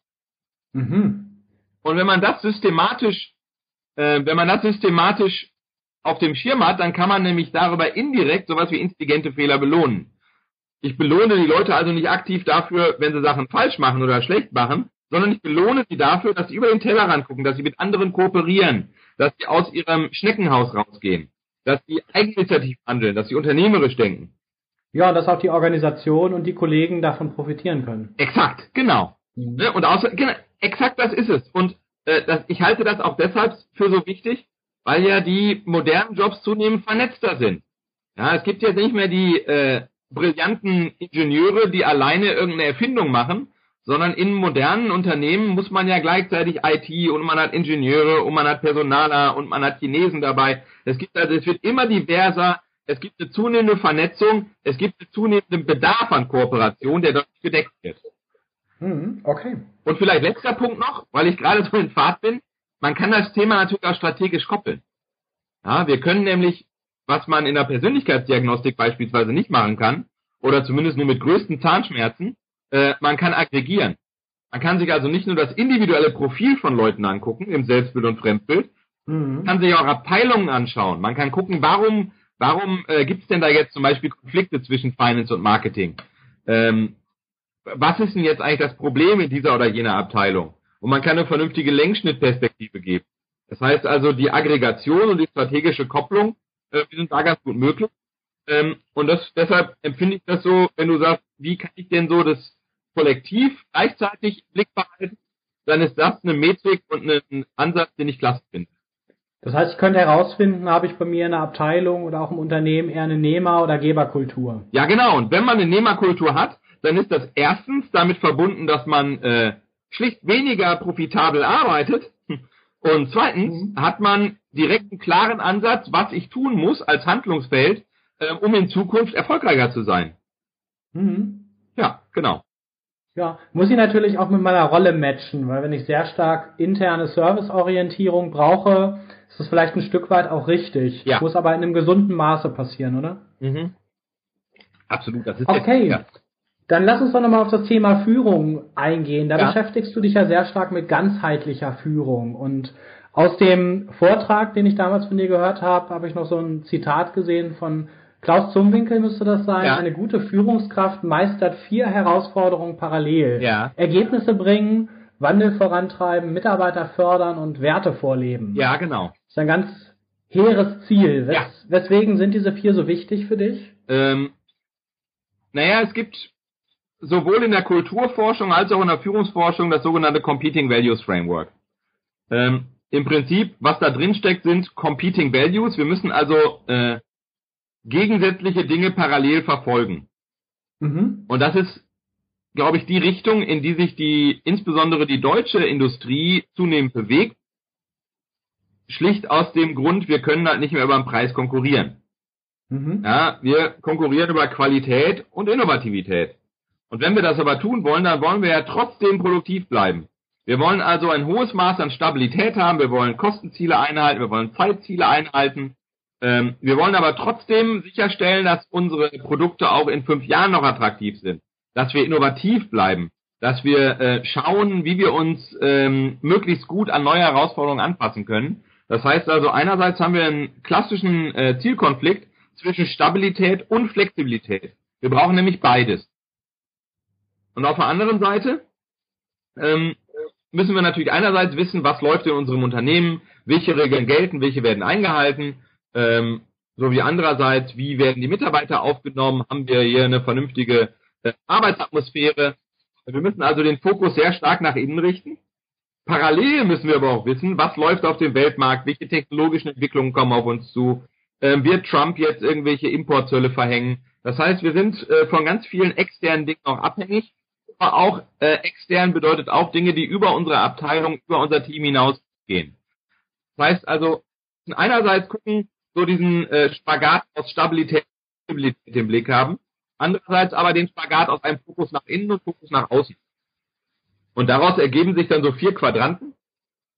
Mhm. Und wenn man das systematisch, äh, wenn man das systematisch auf dem Schirm hat, dann kann man nämlich darüber indirekt sowas wie intelligente Fehler belohnen. Ich belohne die Leute also nicht aktiv dafür, wenn sie Sachen falsch machen oder schlecht machen, sondern ich belohne sie dafür, dass sie über den Tellerrand gucken, dass sie mit anderen kooperieren, dass sie aus ihrem Schneckenhaus rausgehen, dass sie eigeninitiativ handeln, dass sie unternehmerisch denken. Ja, dass auch die Organisation und die Kollegen davon profitieren können. Exakt, genau. Mhm. Ne, und außer, genau, exakt das ist es. Und äh, das, ich halte das auch deshalb für so wichtig, weil ja die modernen Jobs zunehmend vernetzter sind. Ja, es gibt jetzt nicht mehr die äh, brillanten Ingenieure, die alleine irgendeine Erfindung machen, sondern in modernen Unternehmen muss man ja gleichzeitig I T und man hat Ingenieure und man hat Personaler und man hat Chinesen dabei. Es gibt also, es wird immer diverser, es gibt eine zunehmende Vernetzung, es gibt einen zunehmenden Bedarf an Kooperation, der dort gedeckt wird. Mhm, okay. Und vielleicht letzter Punkt noch, weil ich gerade so in Fahrt bin, man kann das Thema natürlich auch strategisch koppeln. Ja, wir können nämlich, was man in der Persönlichkeitsdiagnostik beispielsweise nicht machen kann, oder zumindest nur mit größten Zahnschmerzen, äh, man kann aggregieren. Man kann sich also nicht nur das individuelle Profil von Leuten angucken, im Selbstbild und Fremdbild, Mhm. man kann sich auch Abteilungen anschauen. Man kann gucken, warum, warum äh, gibt es denn da jetzt zum Beispiel Konflikte zwischen Finance und Marketing? Ähm, was ist denn jetzt eigentlich das Problem in dieser oder jener Abteilung? Und man kann eine vernünftige Längsschnittperspektive geben. Das heißt also, die Aggregation und die strategische Kopplung, äh, die sind da ganz gut möglich. Ähm, und das, deshalb empfinde ich das so, wenn du sagst, wie kann ich denn so das Kollektiv gleichzeitig im Blick behalten, dann ist das eine Metrik und ein Ansatz, den ich klasse finde. Das heißt, ich könnte herausfinden, habe ich bei mir in einer Abteilung oder auch im Unternehmen eher eine Nehmer- oder Geberkultur. Ja, genau. Und wenn man eine Nehmerkultur hat, dann ist das erstens damit verbunden, dass man äh, schlicht weniger profitabel arbeitet. Und zweitens Mhm. hat man direkt einen klaren Ansatz, was ich tun muss als Handlungsfeld, äh, um in Zukunft erfolgreicher zu sein. Mhm. Ja, genau. Ja, muss ich natürlich auch mit meiner Rolle matchen, weil wenn ich sehr stark interne Serviceorientierung brauche, ist das vielleicht ein Stück weit auch richtig. Ja. Muss aber in einem gesunden Maße passieren, oder? Mhm. Absolut, das ist Okay. jetzt, ja. Dann lass uns doch nochmal auf das Thema Führung eingehen. Da Ja. beschäftigst du dich ja sehr stark mit ganzheitlicher Führung. Und aus dem Vortrag, den ich damals von dir gehört habe, habe ich noch so ein Zitat gesehen von Klaus Zumwinkel, müsste das sein. Ja. Eine gute Führungskraft meistert vier Herausforderungen parallel. Ja. Ergebnisse bringen, Wandel vorantreiben, Mitarbeiter fördern und Werte vorleben. Ja, genau. Das ist ein ganz hehres Ziel. Wes Ja. Weswegen sind diese vier so wichtig für dich? Ähm, naja, es gibt sowohl in der Kulturforschung als auch in der Führungsforschung das sogenannte Competing Values Framework. Ähm, Im Prinzip, was da drin steckt, sind Competing Values. Wir müssen also äh, gegensätzliche Dinge parallel verfolgen. Mhm. Und das ist, glaube ich, die Richtung, in die sich die, insbesondere die deutsche Industrie zunehmend bewegt. Schlicht aus dem Grund, wir können halt nicht mehr über den Preis konkurrieren. Mhm. Ja, wir konkurrieren über Qualität und Innovativität. Und wenn wir das aber tun wollen, dann wollen wir ja trotzdem produktiv bleiben. Wir wollen also ein hohes Maß an Stabilität haben, wir wollen Kostenziele einhalten, wir wollen Zeitziele einhalten. Ähm, wir wollen aber trotzdem sicherstellen, dass unsere Produkte auch in fünf Jahren noch attraktiv sind, dass wir innovativ bleiben, dass wir äh, schauen, wie wir uns ähm, möglichst gut an neue Herausforderungen anpassen können. Das heißt also, einerseits haben wir einen klassischen äh, Zielkonflikt zwischen Stabilität und Flexibilität. Wir brauchen nämlich beides. Und auf der anderen Seite ähm, müssen wir natürlich einerseits wissen, was läuft in unserem Unternehmen, welche Regeln gelten, welche werden eingehalten, ähm, sowie andererseits, wie werden die Mitarbeiter aufgenommen, haben wir hier eine vernünftige äh, Arbeitsatmosphäre. Wir müssen also den Fokus sehr stark nach innen richten. Parallel müssen wir aber auch wissen, was läuft auf dem Weltmarkt, welche technologischen Entwicklungen kommen auf uns zu, ähm, wird Trump jetzt irgendwelche Importzölle verhängen. Das heißt, wir sind äh, von ganz vielen externen Dingen auch abhängig, aber auch äh, extern bedeutet auch Dinge, die über unsere Abteilung, über unser Team hinausgehen. Das heißt also, wir müssen einerseits gucken, so diesen äh, Spagat aus Stabilität und Stabilität im Blick haben, andererseits aber den Spagat aus einem Fokus nach innen und Fokus nach außen. Und daraus ergeben sich dann so vier Quadranten.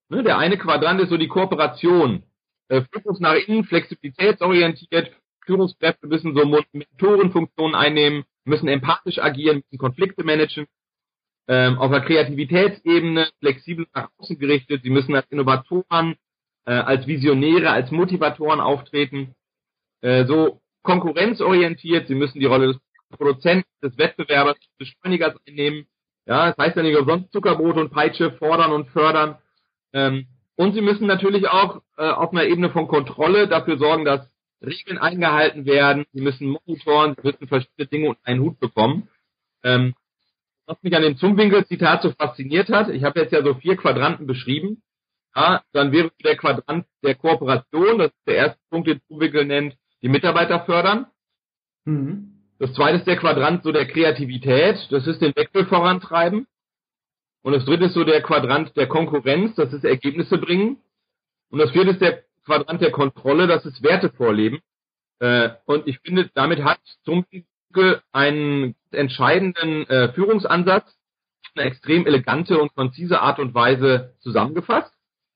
Ne, der eine Quadrant ist so die Kooperation. Äh, Fokus nach innen, flexibilitätsorientiert. Führungskräfte müssen so Mentorenfunktionen einnehmen, müssen empathisch agieren, müssen Konflikte managen. Ähm, auf der Kreativitätsebene flexibel nach außen gerichtet. Sie müssen als Innovatoren, äh, als Visionäre, als Motivatoren auftreten. Äh, so konkurrenzorientiert. Sie müssen die Rolle des Produzenten, des Wettbewerbers, des Beschleunigers einnehmen. Ja, das heißt ja nicht umsonst Zuckerbrot und Peitsche fordern und fördern. Ähm, und sie müssen natürlich auch äh, auf einer Ebene von Kontrolle dafür sorgen, dass Regeln eingehalten werden. Sie müssen monitoren, sie müssen verschiedene Dinge unter einen Hut bekommen. Ähm, was mich an dem Zumwinkel-Zitat so fasziniert hat, ich habe jetzt ja so vier Quadranten beschrieben. Ja, dann wäre der Quadrant der Kooperation, das ist der erste Punkt, den Zumwinkel nennt, die Mitarbeiter fördern. Mhm. Das zweite ist der Quadrant so der Kreativität, das ist den Wechsel vorantreiben. Und das dritte ist so der Quadrant der Konkurrenz, das ist Ergebnisse bringen. Und das vierte ist der Quadrant der Kontrolle, das ist Werte vorleben. Äh, und ich finde, damit hat Zumwinkel einen entscheidenden äh, Führungsansatz, eine extrem elegante und konzise Art und Weise zusammengefasst.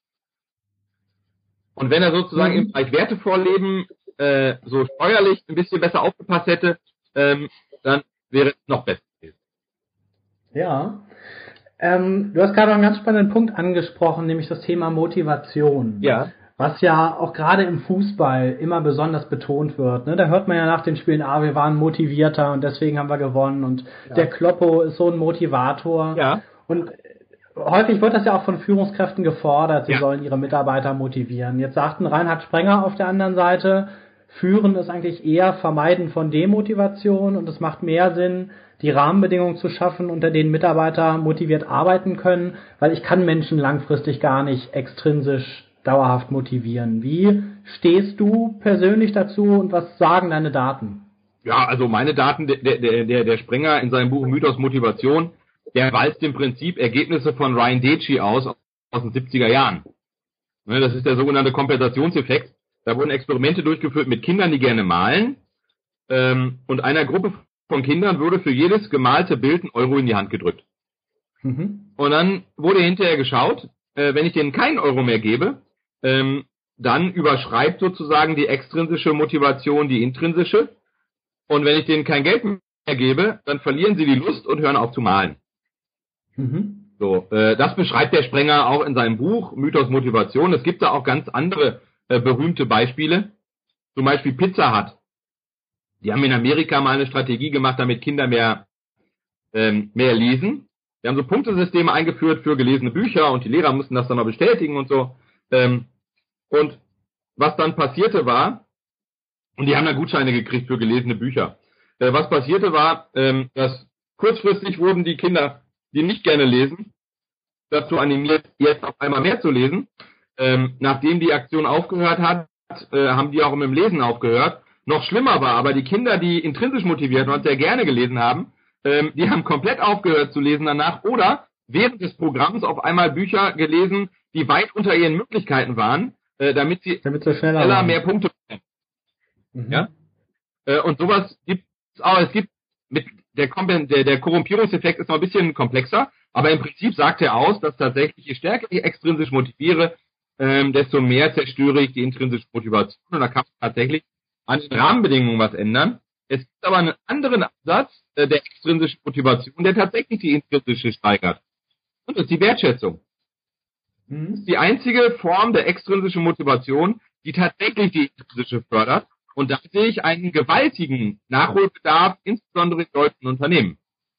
Und wenn er sozusagen mhm. im Bereich Werte vorleben äh, so steuerlich ein bisschen besser aufgepasst hätte, ähm, dann wäre es noch besser gewesen. Ja. Ähm, du hast gerade noch einen ganz spannenden Punkt angesprochen, nämlich das Thema Motivation. Ja. Was ja auch gerade im Fußball immer besonders betont wird. Ne? Da hört man ja nach den Spielen, ah, wir waren motivierter und deswegen haben wir gewonnen und ja. der Kloppo ist so ein Motivator. Ja. Und häufig wird das ja auch von Führungskräften gefordert, sie ja. sollen ihre Mitarbeiter motivieren. Jetzt sagten Reinhard Sprenger auf der anderen Seite, Führen ist eigentlich eher Vermeiden von Demotivation und es macht mehr Sinn, die Rahmenbedingungen zu schaffen, unter denen Mitarbeiter motiviert arbeiten können, weil ich kann Menschen langfristig gar nicht extrinsisch dauerhaft motivieren. Wie stehst du persönlich dazu und was sagen deine Daten? Ja, also meine Daten, der, der, der, der Sprenger in seinem Buch Mythos Motivation, der weist im Prinzip Ergebnisse von Ryan Deci aus, aus den siebziger Jahren. Das ist der sogenannte Kompensationseffekt. Da wurden Experimente durchgeführt mit Kindern, die gerne malen. Und einer Gruppe von Kindern wurde für jedes gemalte Bild ein Euro in die Hand gedrückt. Mhm. Und dann wurde hinterher geschaut, wenn ich denen keinen Euro mehr gebe, dann überschreibt sozusagen die extrinsische Motivation die intrinsische. Und wenn ich denen kein Geld mehr gebe, dann verlieren sie die Lust und hören auf zu malen. Mhm. So, äh, das beschreibt der Sprenger auch in seinem Buch Mythos Motivation. Es gibt da auch ganz andere äh, berühmte Beispiele. Zum Beispiel Pizza Hut. Die haben in Amerika mal eine Strategie gemacht, damit Kinder mehr ähm, mehr lesen. Die haben so Punktesysteme eingeführt für gelesene Bücher und die Lehrer mussten das dann noch bestätigen und so. Ähm, und was dann passierte war, und die haben dann Gutscheine gekriegt für gelesene Bücher. Äh, was passierte war, ähm, dass kurzfristig wurden die Kinder, die nicht gerne lesen, dazu animiert, jetzt auf einmal mehr zu lesen. Ähm, nachdem die Aktion aufgehört hat, äh, haben die auch mit dem Lesen aufgehört. Noch schlimmer war aber, die Kinder, die intrinsisch motiviert und sehr gerne gelesen haben, ähm, die haben komplett aufgehört zu lesen danach oder während des Programms auf einmal Bücher gelesen, die weit unter ihren Möglichkeiten waren, äh, damit sie damit sie schneller, schneller mehr Punkte bekommen. Mhm. Ja? Äh, und sowas gibt es auch. Es gibt mit der, der, der Korrumpierungseffekt ist noch ein bisschen komplexer, aber im Prinzip sagt er aus, dass tatsächlich je stärker ich extrinsisch motiviere, ähm, desto mehr zerstöre ich die intrinsische Motivation. Und da kann man tatsächlich an den Rahmenbedingungen was ändern. Es gibt aber einen anderen Ansatz äh, der extrinsischen Motivation, der tatsächlich die intrinsische steigert. Und das ist die Wertschätzung. Mhm. Das ist die einzige Form der extrinsischen Motivation, die tatsächlich die intrinsische fördert. Und da sehe ich einen gewaltigen Nachholbedarf, insbesondere in deutschen Unternehmen.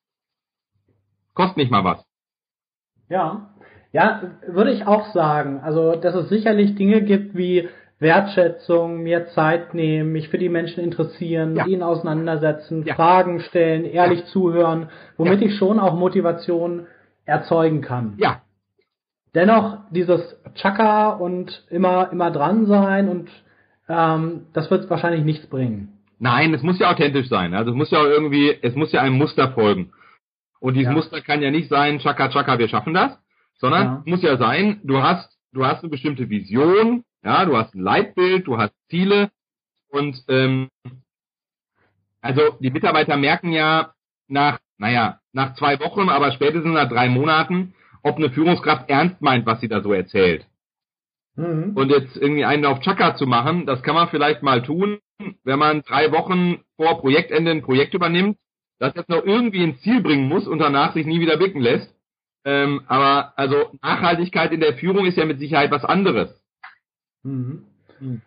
Kostet nicht mal was. Ja, ja, würde ich auch sagen. Also, dass es sicherlich Dinge gibt wie Wertschätzung, mir Zeit nehmen, mich für die Menschen interessieren, ja. mit ihnen auseinandersetzen, ja. Fragen stellen, ehrlich ja. zuhören, womit ja. ich schon auch Motivation erzeugen kann. Ja. Dennoch dieses Chaka und immer, immer dran sein und ähm, das wird wahrscheinlich nichts bringen. Nein, es muss ja authentisch sein. Also es muss ja irgendwie, es muss ja einem Muster folgen. Und dieses ja. Muster kann ja nicht sein, Chaka, Chaka, wir schaffen das, sondern ja. es muss ja sein, du hast, du hast eine bestimmte Vision, ja, du hast ein Leitbild, du hast Ziele und ähm, also die Mitarbeiter merken ja nach, naja, nach zwei Wochen, aber spätestens nach drei Monaten, ob eine Führungskraft ernst meint, was sie da so erzählt. Mhm. Und jetzt irgendwie einen auf Chaka zu machen, das kann man vielleicht mal tun, wenn man drei Wochen vor Projektende ein Projekt übernimmt, das jetzt noch irgendwie ins Ziel bringen muss und danach sich nie wieder blicken lässt. Ähm, aber also Nachhaltigkeit in der Führung ist ja mit Sicherheit was anderes. Mhm. Mhm.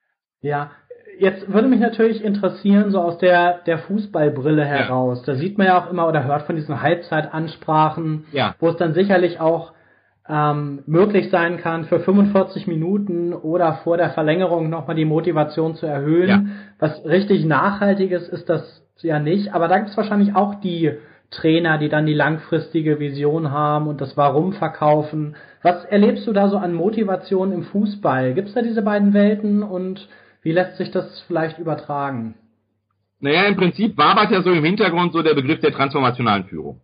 Ja, jetzt würde mich natürlich interessieren, so aus der, der Fußballbrille heraus. Ja. Da sieht man ja auch immer oder hört von diesen Halbzeitansprachen, ja. wo es dann sicherlich auch ähm, möglich sein kann, für fünfundvierzig Minuten oder vor der Verlängerung nochmal die Motivation zu erhöhen. Ja. Was richtig Nachhaltiges ist das ja nicht, aber da gibt es wahrscheinlich auch die Trainer, die dann die langfristige Vision haben und das Warum verkaufen. Was erlebst du da so an Motivation im Fußball? Gibt es da diese beiden Welten und wie lässt sich das vielleicht übertragen? Naja, im Prinzip wabert ja so im Hintergrund so der Begriff der transformationalen Führung.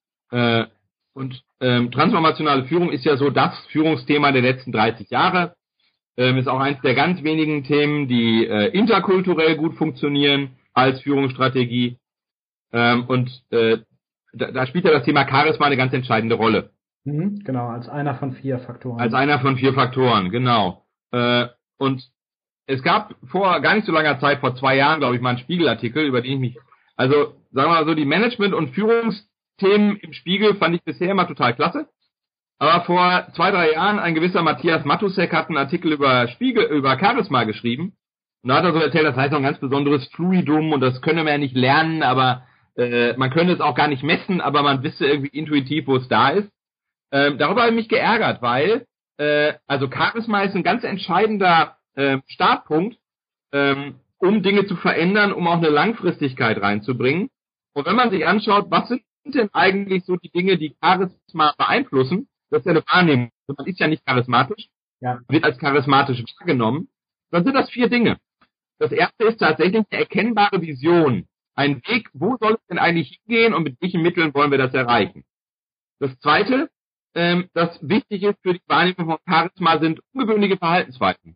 Äh, und ähm, transformationale Führung ist ja so das Führungsthema der letzten dreißig Jahre. Ähm, ist auch eins der ganz wenigen Themen, die äh, interkulturell gut funktionieren als Führungsstrategie. Ähm, und äh, da, da spielt ja das Thema Charisma eine ganz entscheidende Rolle. Mhm, genau, als einer von vier Faktoren. Als einer von vier Faktoren, genau. Äh, und es gab vor gar nicht so langer Zeit, vor zwei Jahren, glaube ich, mal einen Spiegelartikel, über den ich mich, also sagen wir mal so, die Management- und Führungsthemen im Spiegel fand ich bisher immer total klasse. Aber vor zwei, drei Jahren ein gewisser Matthias Matusek hat einen Artikel über Spiegel, über Charisma geschrieben. Und da hat er so erzählt, das heißt noch ein ganz besonderes Fluidum und das könne man ja nicht lernen, aber äh, man könnte es auch gar nicht messen, aber man wisse irgendwie intuitiv, wo es da ist. Ähm, darüber habe ich mich geärgert, weil äh, also Charisma ist ein ganz entscheidender äh, Startpunkt, ähm, um Dinge zu verändern, um auch eine Langfristigkeit reinzubringen. Und wenn man sich anschaut, was sind denn eigentlich so die Dinge, die Charisma beeinflussen, das ist ja eine Wahrnehmung. Man ist ja nicht charismatisch, ja. wird als charismatisch wahrgenommen, dann sind das vier Dinge. Das erste ist tatsächlich eine erkennbare Vision. Ein Weg, wo soll es denn eigentlich hingehen und mit welchen Mitteln wollen wir das erreichen? Das zweite, ähm, das wichtig ist für die Wahrnehmung von Charisma, sind ungewöhnliche Verhaltensweisen.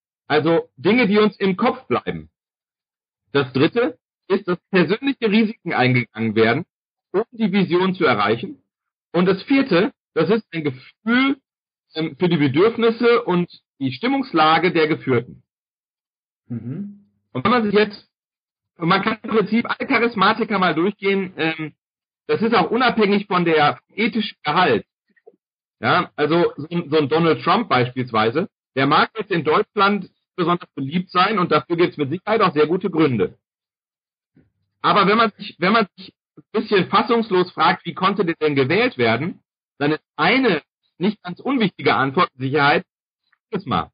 Also Dinge, die uns im Kopf bleiben. Das dritte ist, dass persönliche Risiken eingegangen werden, um die Vision zu erreichen. Und das vierte, das ist ein Gefühl ähm, für die Bedürfnisse und die Stimmungslage der Geführten. Mhm. Und wenn man sich jetzt, man kann im Prinzip alle Charismatiker mal durchgehen, ähm, das ist auch unabhängig von der ethischen Gehalt. Ja, also so, so ein Donald Trump beispielsweise, der mag jetzt in Deutschland besonders beliebt sein und dafür gibt es mit Sicherheit auch sehr gute Gründe. Aber wenn man sich, wenn man sich ein bisschen fassungslos fragt, wie konnte der denn gewählt werden, dann ist eine nicht ganz unwichtige Antwort mit Sicherheit Charisma.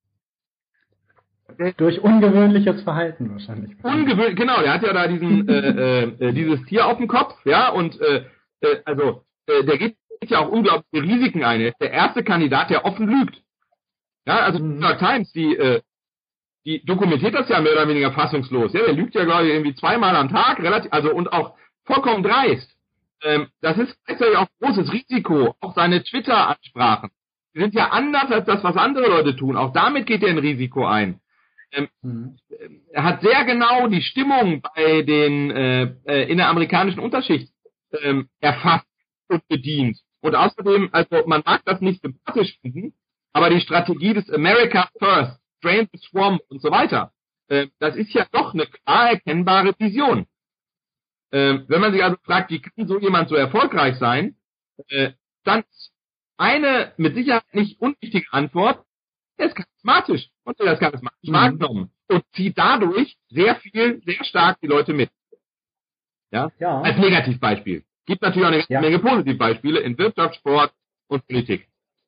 Durch ungewöhnliches Verhalten wahrscheinlich. Ungewöhnlich, genau, der hat ja da diesen äh, äh, dieses Tier auf dem Kopf, ja, und äh, äh, also äh, der geht ja auch unglaubliche Risiken ein. Er ist der erste Kandidat, der offen lügt. Ja, also die New York Times, die äh, die dokumentiert das ja mehr oder weniger fassungslos. Ja, der lügt ja, glaube ich, irgendwie zweimal am Tag, relativ, also und auch vollkommen dreist. Ähm, das ist gleichzeitig auch großes Risiko. Auch seine Twitter-Ansprachen, die sind ja anders als das, was andere Leute tun. Auch damit geht er ein Risiko ein. Ähm, mhm. Er hat sehr genau die Stimmung bei den äh, äh, in der amerikanischen Unterschicht ähm, erfasst und bedient. Und außerdem, also man mag das nicht sympathisch finden, aber die Strategie des America First, Drain the Swamp und so weiter, äh, das ist ja doch eine klar erkennbare Vision. Äh, wenn man sich also fragt, wie kann so jemand so erfolgreich sein, äh, dann eine mit Sicherheit nicht unwichtige Antwort: er ist charismatisch und er ist charismatisch mhm. wahrgenommen und zieht dadurch sehr viel, sehr stark die Leute mit. Ja? Ja. Als Negativbeispiel. Gibt natürlich auch eine ganze ja. Menge Positivbeispiele in Wirtschaft, Sport und Politik.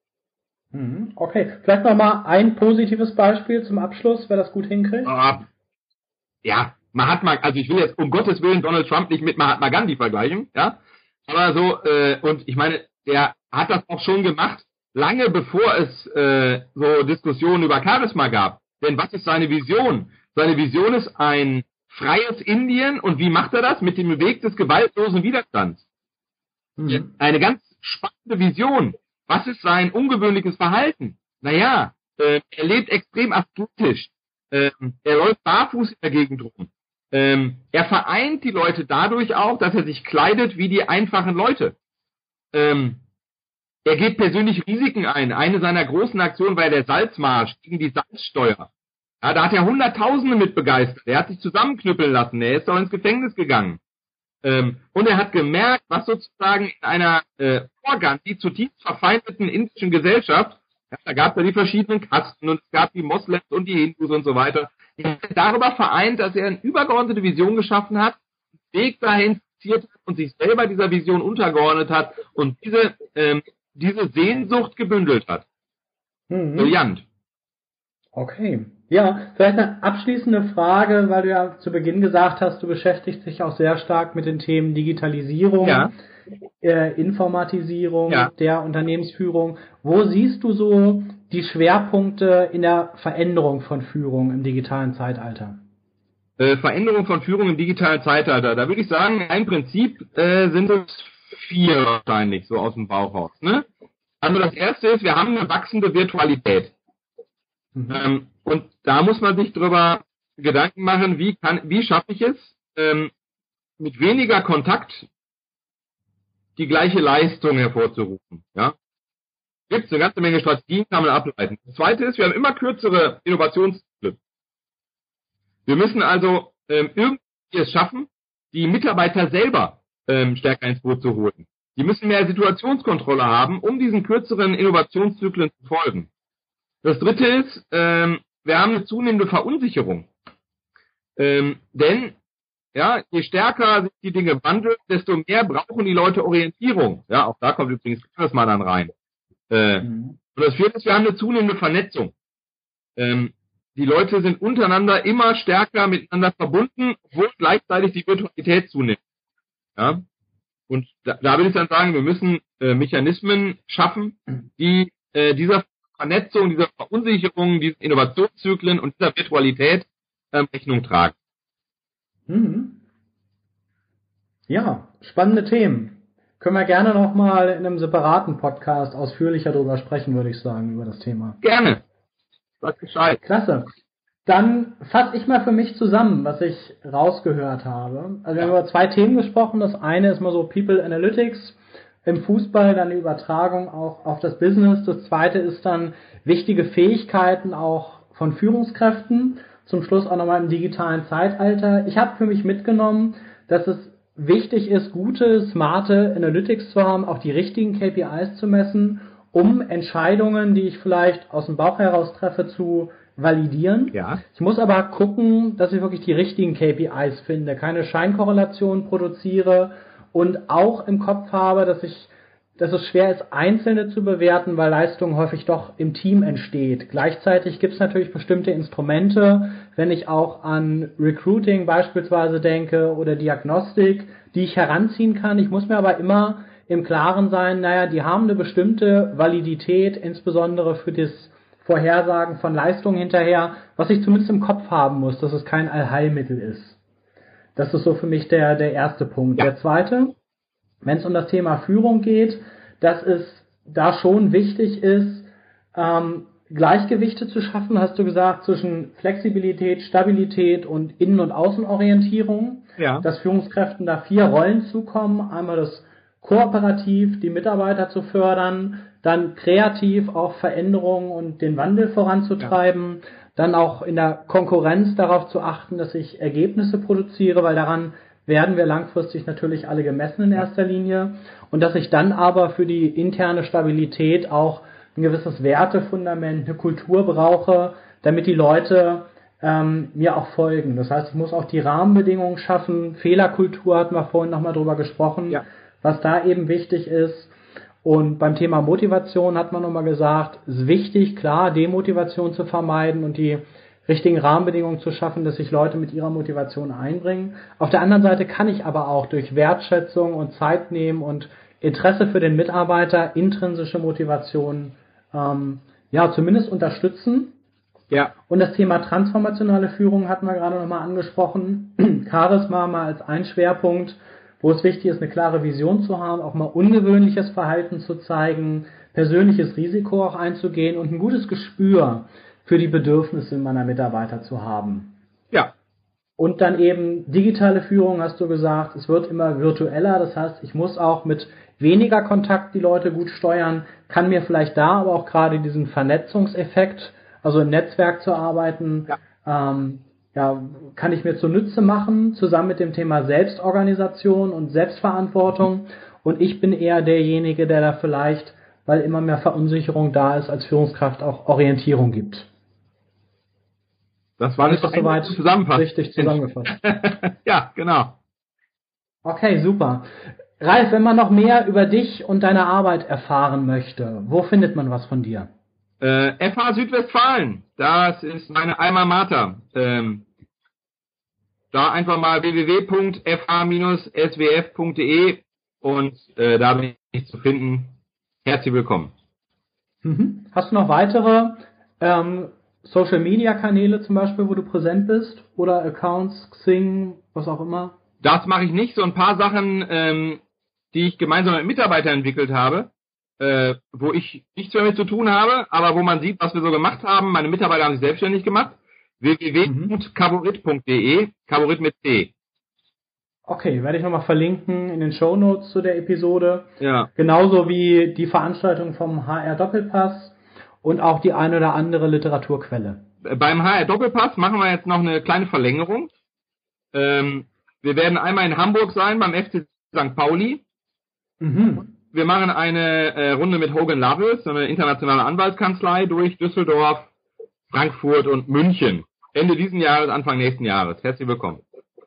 Okay, vielleicht nochmal ein positives Beispiel zum Abschluss, wer das gut hinkriegt. Uh, ja, Mahatma, also ich will jetzt um Gottes Willen Donald Trump nicht mit Mahatma Gandhi vergleichen, ja, aber so, äh, und ich meine, der hat das auch schon gemacht, lange bevor es äh, so Diskussionen über Charisma gab. Denn was ist seine Vision? Seine Vision ist ein freies Indien, und wie macht er das? Mit dem Weg des gewaltlosen Widerstands. Mhm. Eine ganz spannende Vision. Was ist sein ungewöhnliches Verhalten? Naja, äh, er lebt extrem asketisch. Ähm, er läuft barfuß in der Gegend rum. Ähm, er vereint die Leute dadurch auch, dass er sich kleidet wie die einfachen Leute. Ähm, er geht persönlich Risiken ein. Eine seiner großen Aktionen war ja der Salzmarsch gegen die Salzsteuer. Ja, da hat er Hunderttausende mit begeistert. Er hat sich zusammenknüppeln lassen. Er ist doch ins Gefängnis gegangen. Ähm, und er hat gemerkt, was sozusagen in einer äh, Vorgang, die zutiefst verfeindeten indischen Gesellschaft, ja, da gab es ja die verschiedenen Kasten und es gab die Moslems und die Hindus und so weiter, er hat darüber vereint, dass er eine übergeordnete Vision geschaffen hat, den Weg dahin fixiert hat und sich selber dieser Vision untergeordnet hat und diese, ähm, diese Sehnsucht gebündelt hat. Mhm. Brillant. Okay. Ja, vielleicht eine abschließende Frage, weil du ja zu Beginn gesagt hast, du beschäftigst dich auch sehr stark mit den Themen Digitalisierung, Ja. äh, Informatisierung Ja. der Unternehmensführung. Wo siehst du so die Schwerpunkte in der Veränderung von Führung im digitalen Zeitalter? Äh, Veränderung von Führung im digitalen Zeitalter. Da würde ich sagen, im Prinzip äh, sind es vier wahrscheinlich, so aus dem Bauch raus. Ne? Also das erste ist, wir haben eine wachsende Virtualität. Mhm. Ähm, und da muss man sich drüber Gedanken machen, wie kann, wie schaffe ich es, ähm, mit weniger Kontakt die gleiche Leistung hervorzurufen. Ja? Gibt es eine ganze Menge Strategien, kann man ableiten. Das zweite ist, wir haben immer kürzere Innovationszyklen. Wir müssen also ähm, irgendwie es schaffen, die Mitarbeiter selber ähm, stärker ins Boot zu holen. Die müssen mehr Situationskontrolle haben, um diesen kürzeren Innovationszyklen zu folgen. Das dritte ist, ähm, wir haben eine zunehmende Verunsicherung. Ähm, denn ja, je stärker sich die Dinge wandeln, desto mehr brauchen die Leute Orientierung. Ja, auch da kommt übrigens das mal dann rein. Äh, Mhm. Und das vierte ist, wir haben eine zunehmende Vernetzung. Ähm, die Leute sind untereinander immer stärker miteinander verbunden, obwohl gleichzeitig die Virtualität zunimmt. Ja? Und da, da will ich dann sagen, wir müssen äh, Mechanismen schaffen, die äh, dieser Vernetzung, dieser Verunsicherung, diesen Innovationszyklen und dieser Virtualität ähm, Rechnung tragen. Mhm. Ja, spannende Themen. Können wir gerne nochmal in einem separaten Podcast ausführlicher drüber sprechen, würde ich sagen, über das Thema. Gerne. Sag Bescheid. Klasse. Dann fasse ich mal für mich zusammen, was ich rausgehört habe. Also wir haben über zwei Themen gesprochen. Das eine ist mal so People Analytics im Fußball, dann die Übertragung auch auf das Business. Das zweite ist dann wichtige Fähigkeiten auch von Führungskräften. Zum Schluss auch nochmal im digitalen Zeitalter. Ich habe für mich mitgenommen, dass es wichtig ist, gute, smarte Analytics zu haben, auch die richtigen K P Is zu messen, um Entscheidungen, die ich vielleicht aus dem Bauch heraus treffe, zu validieren. Ja. Ich muss aber gucken, dass ich wirklich die richtigen K P Is finde, keine Scheinkorrelation produziere und auch im Kopf habe, dass ich, dass es schwer ist, Einzelne zu bewerten, weil Leistung häufig doch im Team entsteht. Gleichzeitig gibt es natürlich bestimmte Instrumente, wenn ich auch an Recruiting beispielsweise denke oder Diagnostik, die ich heranziehen kann. Ich muss mir aber immer im Klaren sein, naja, die haben eine bestimmte Validität, insbesondere für das Vorhersagen von Leistungen hinterher, was ich zumindest im Kopf haben muss, dass es kein Allheilmittel ist. Das ist so für mich der, der erste Punkt. Ja. Der zweite, wenn es um das Thema Führung geht, dass es da schon wichtig ist, ähm, Gleichgewichte zu schaffen, hast du gesagt, zwischen Flexibilität, Stabilität und Innen- und Außenorientierung. Ja. Dass Führungskräften da vier Rollen zukommen. Einmal das kooperativ, die Mitarbeiter zu fördern, dann kreativ auch Veränderungen und den Wandel voranzutreiben, ja. Dann auch in der Konkurrenz darauf zu achten, dass ich Ergebnisse produziere, weil daran werden wir langfristig natürlich alle gemessen in erster Linie und dass ich dann aber für die interne Stabilität auch ein gewisses Wertefundament, eine Kultur brauche, damit die Leute ähm, mir auch folgen. Das heißt, ich muss auch die Rahmenbedingungen schaffen. Fehlerkultur hatten wir vorhin nochmal drüber gesprochen, ja. Was da eben wichtig ist. Und beim Thema Motivation hat man nochmal gesagt, es ist wichtig, klar, Demotivation zu vermeiden und die richtigen Rahmenbedingungen zu schaffen, dass sich Leute mit ihrer Motivation einbringen. Auf der anderen Seite kann ich aber auch durch Wertschätzung und Zeit nehmen und Interesse für den Mitarbeiter intrinsische Motivation ähm, ja zumindest unterstützen. Ja. Und das Thema transformationale Führung hatten wir gerade nochmal angesprochen. Charisma mal als ein Schwerpunkt, wo es wichtig ist, eine klare Vision zu haben, auch mal ungewöhnliches Verhalten zu zeigen, persönliches Risiko auch einzugehen und ein gutes Gespür für die Bedürfnisse meiner Mitarbeiter zu haben. Ja. Und dann eben digitale Führung, hast du gesagt, es wird immer virtueller, das heißt, ich muss auch mit weniger Kontakt die Leute gut steuern, kann mir vielleicht da aber auch gerade diesen Vernetzungseffekt, also im Netzwerk zu arbeiten, ja. Ähm, ja, kann ich mir zunutze machen, zusammen mit dem Thema Selbstorganisation und Selbstverantwortung. Und ich bin eher derjenige, der da vielleicht, weil immer mehr Verunsicherung da ist, als Führungskraft auch Orientierung gibt. Das war nicht soweit zusammenfasst. Richtig zusammengefasst. Ja, genau. Okay, super. Ralf, wenn man noch mehr über dich und deine Arbeit erfahren möchte, wo findet man was von dir? Äh, F H Südwestfalen, das ist meine Alma Mater. Ähm, da einfach mal w w w punkt f h s w f punkt d e und äh, da bin ich zu finden. Herzlich willkommen. Mhm. Hast du noch weitere ähm, Social-Media-Kanäle zum Beispiel, wo du präsent bist? Oder Accounts, Xing, was auch immer? Das mache ich nicht. So ein paar Sachen, ähm, die ich gemeinsam mit Mitarbeitern entwickelt habe, äh, wo ich nichts damit zu tun habe, aber wo man sieht, was wir so gemacht haben. Meine Mitarbeiter haben sich selbstständig gemacht. w w w punkt kaborit punkt d e, Kaborit mit C. Okay, werde ich nochmal verlinken in den Shownotes zu der Episode. Ja. Genauso wie die Veranstaltung vom H R Doppelpass und auch die ein oder andere Literaturquelle. Beim H R Doppelpass machen wir jetzt noch eine kleine Verlängerung. Ähm, wir werden einmal in Hamburg sein beim F C Sankt Pauli. Mhm. Wir machen eine äh, Runde mit Hogan Lovells, so eine internationale Anwaltskanzlei durch Düsseldorf, Frankfurt und München. Ende diesen Jahres, Anfang nächsten Jahres. Herzlich willkommen.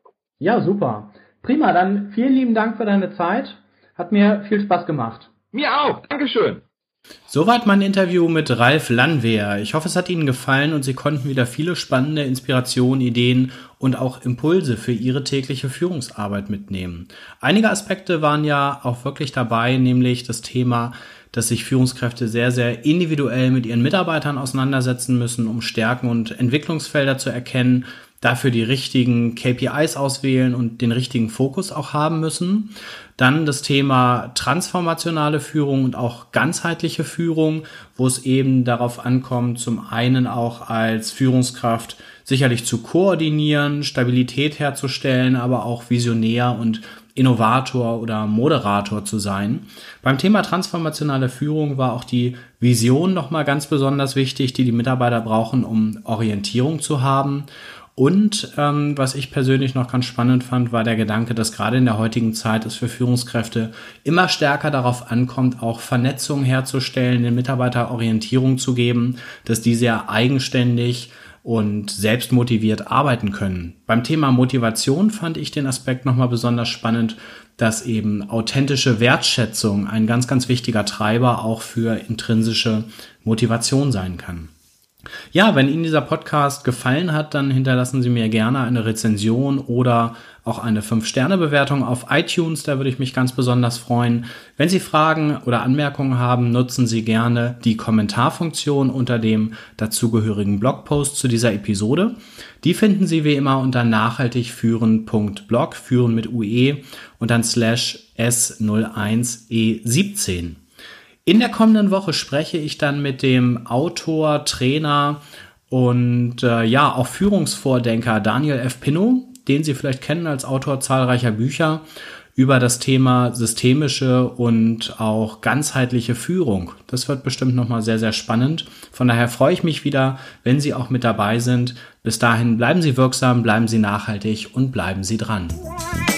Ja, super. Prima, dann vielen lieben Dank für deine Zeit. Hat mir viel Spaß gemacht. Mir auch. Dankeschön. Soweit mein Interview mit Ralf Landwehr. Ich hoffe, es hat Ihnen gefallen und Sie konnten wieder viele spannende Inspirationen, Ideen und auch Impulse für Ihre tägliche Führungsarbeit mitnehmen. Einige Aspekte waren ja auch wirklich dabei, nämlich das Thema, dass sich Führungskräfte sehr, sehr individuell mit ihren Mitarbeitern auseinandersetzen müssen, um Stärken und Entwicklungsfelder zu erkennen, dafür die richtigen K P Is auswählen und den richtigen Fokus auch haben müssen. Dann das Thema transformationale Führung und auch ganzheitliche Führung, wo es eben darauf ankommt, zum einen auch als Führungskraft sicherlich zu koordinieren, Stabilität herzustellen, aber auch visionär und Innovator oder Moderator zu sein. Beim Thema transformationale Führung war auch die Vision nochmal ganz besonders wichtig, die die Mitarbeiter brauchen, um Orientierung zu haben. Und ähm, was ich persönlich noch ganz spannend fand, war der Gedanke, dass gerade in der heutigen Zeit es für Führungskräfte immer stärker darauf ankommt, auch Vernetzung herzustellen, den Mitarbeiter Orientierung zu geben, dass die sehr eigenständig und selbstmotiviert arbeiten können. Beim Thema Motivation fand ich den Aspekt nochmal besonders spannend, dass eben authentische Wertschätzung ein ganz, ganz wichtiger Treiber auch für intrinsische Motivation sein kann. Ja, wenn Ihnen dieser Podcast gefallen hat, dann hinterlassen Sie mir gerne eine Rezension oder auch eine fünf Sterne Bewertung auf iTunes, da würde ich mich ganz besonders freuen. Wenn Sie Fragen oder Anmerkungen haben, nutzen Sie gerne die Kommentarfunktion unter dem dazugehörigen Blogpost zu dieser Episode. Die finden Sie wie immer unter nachhaltigführen punkt blog, führen mit U E und dann slash S null eins E siebzehn. In der kommenden Woche spreche ich dann mit dem Autor, Trainer und äh, ja auch Führungsvordenker Daniel F. Pinnow, den Sie vielleicht kennen als Autor zahlreicher Bücher, über das Thema systemische und auch ganzheitliche Führung. Das wird bestimmt nochmal sehr, sehr spannend. Von daher freue ich mich wieder, wenn Sie auch mit dabei sind. Bis dahin bleiben Sie wirksam, bleiben Sie nachhaltig und bleiben Sie dran.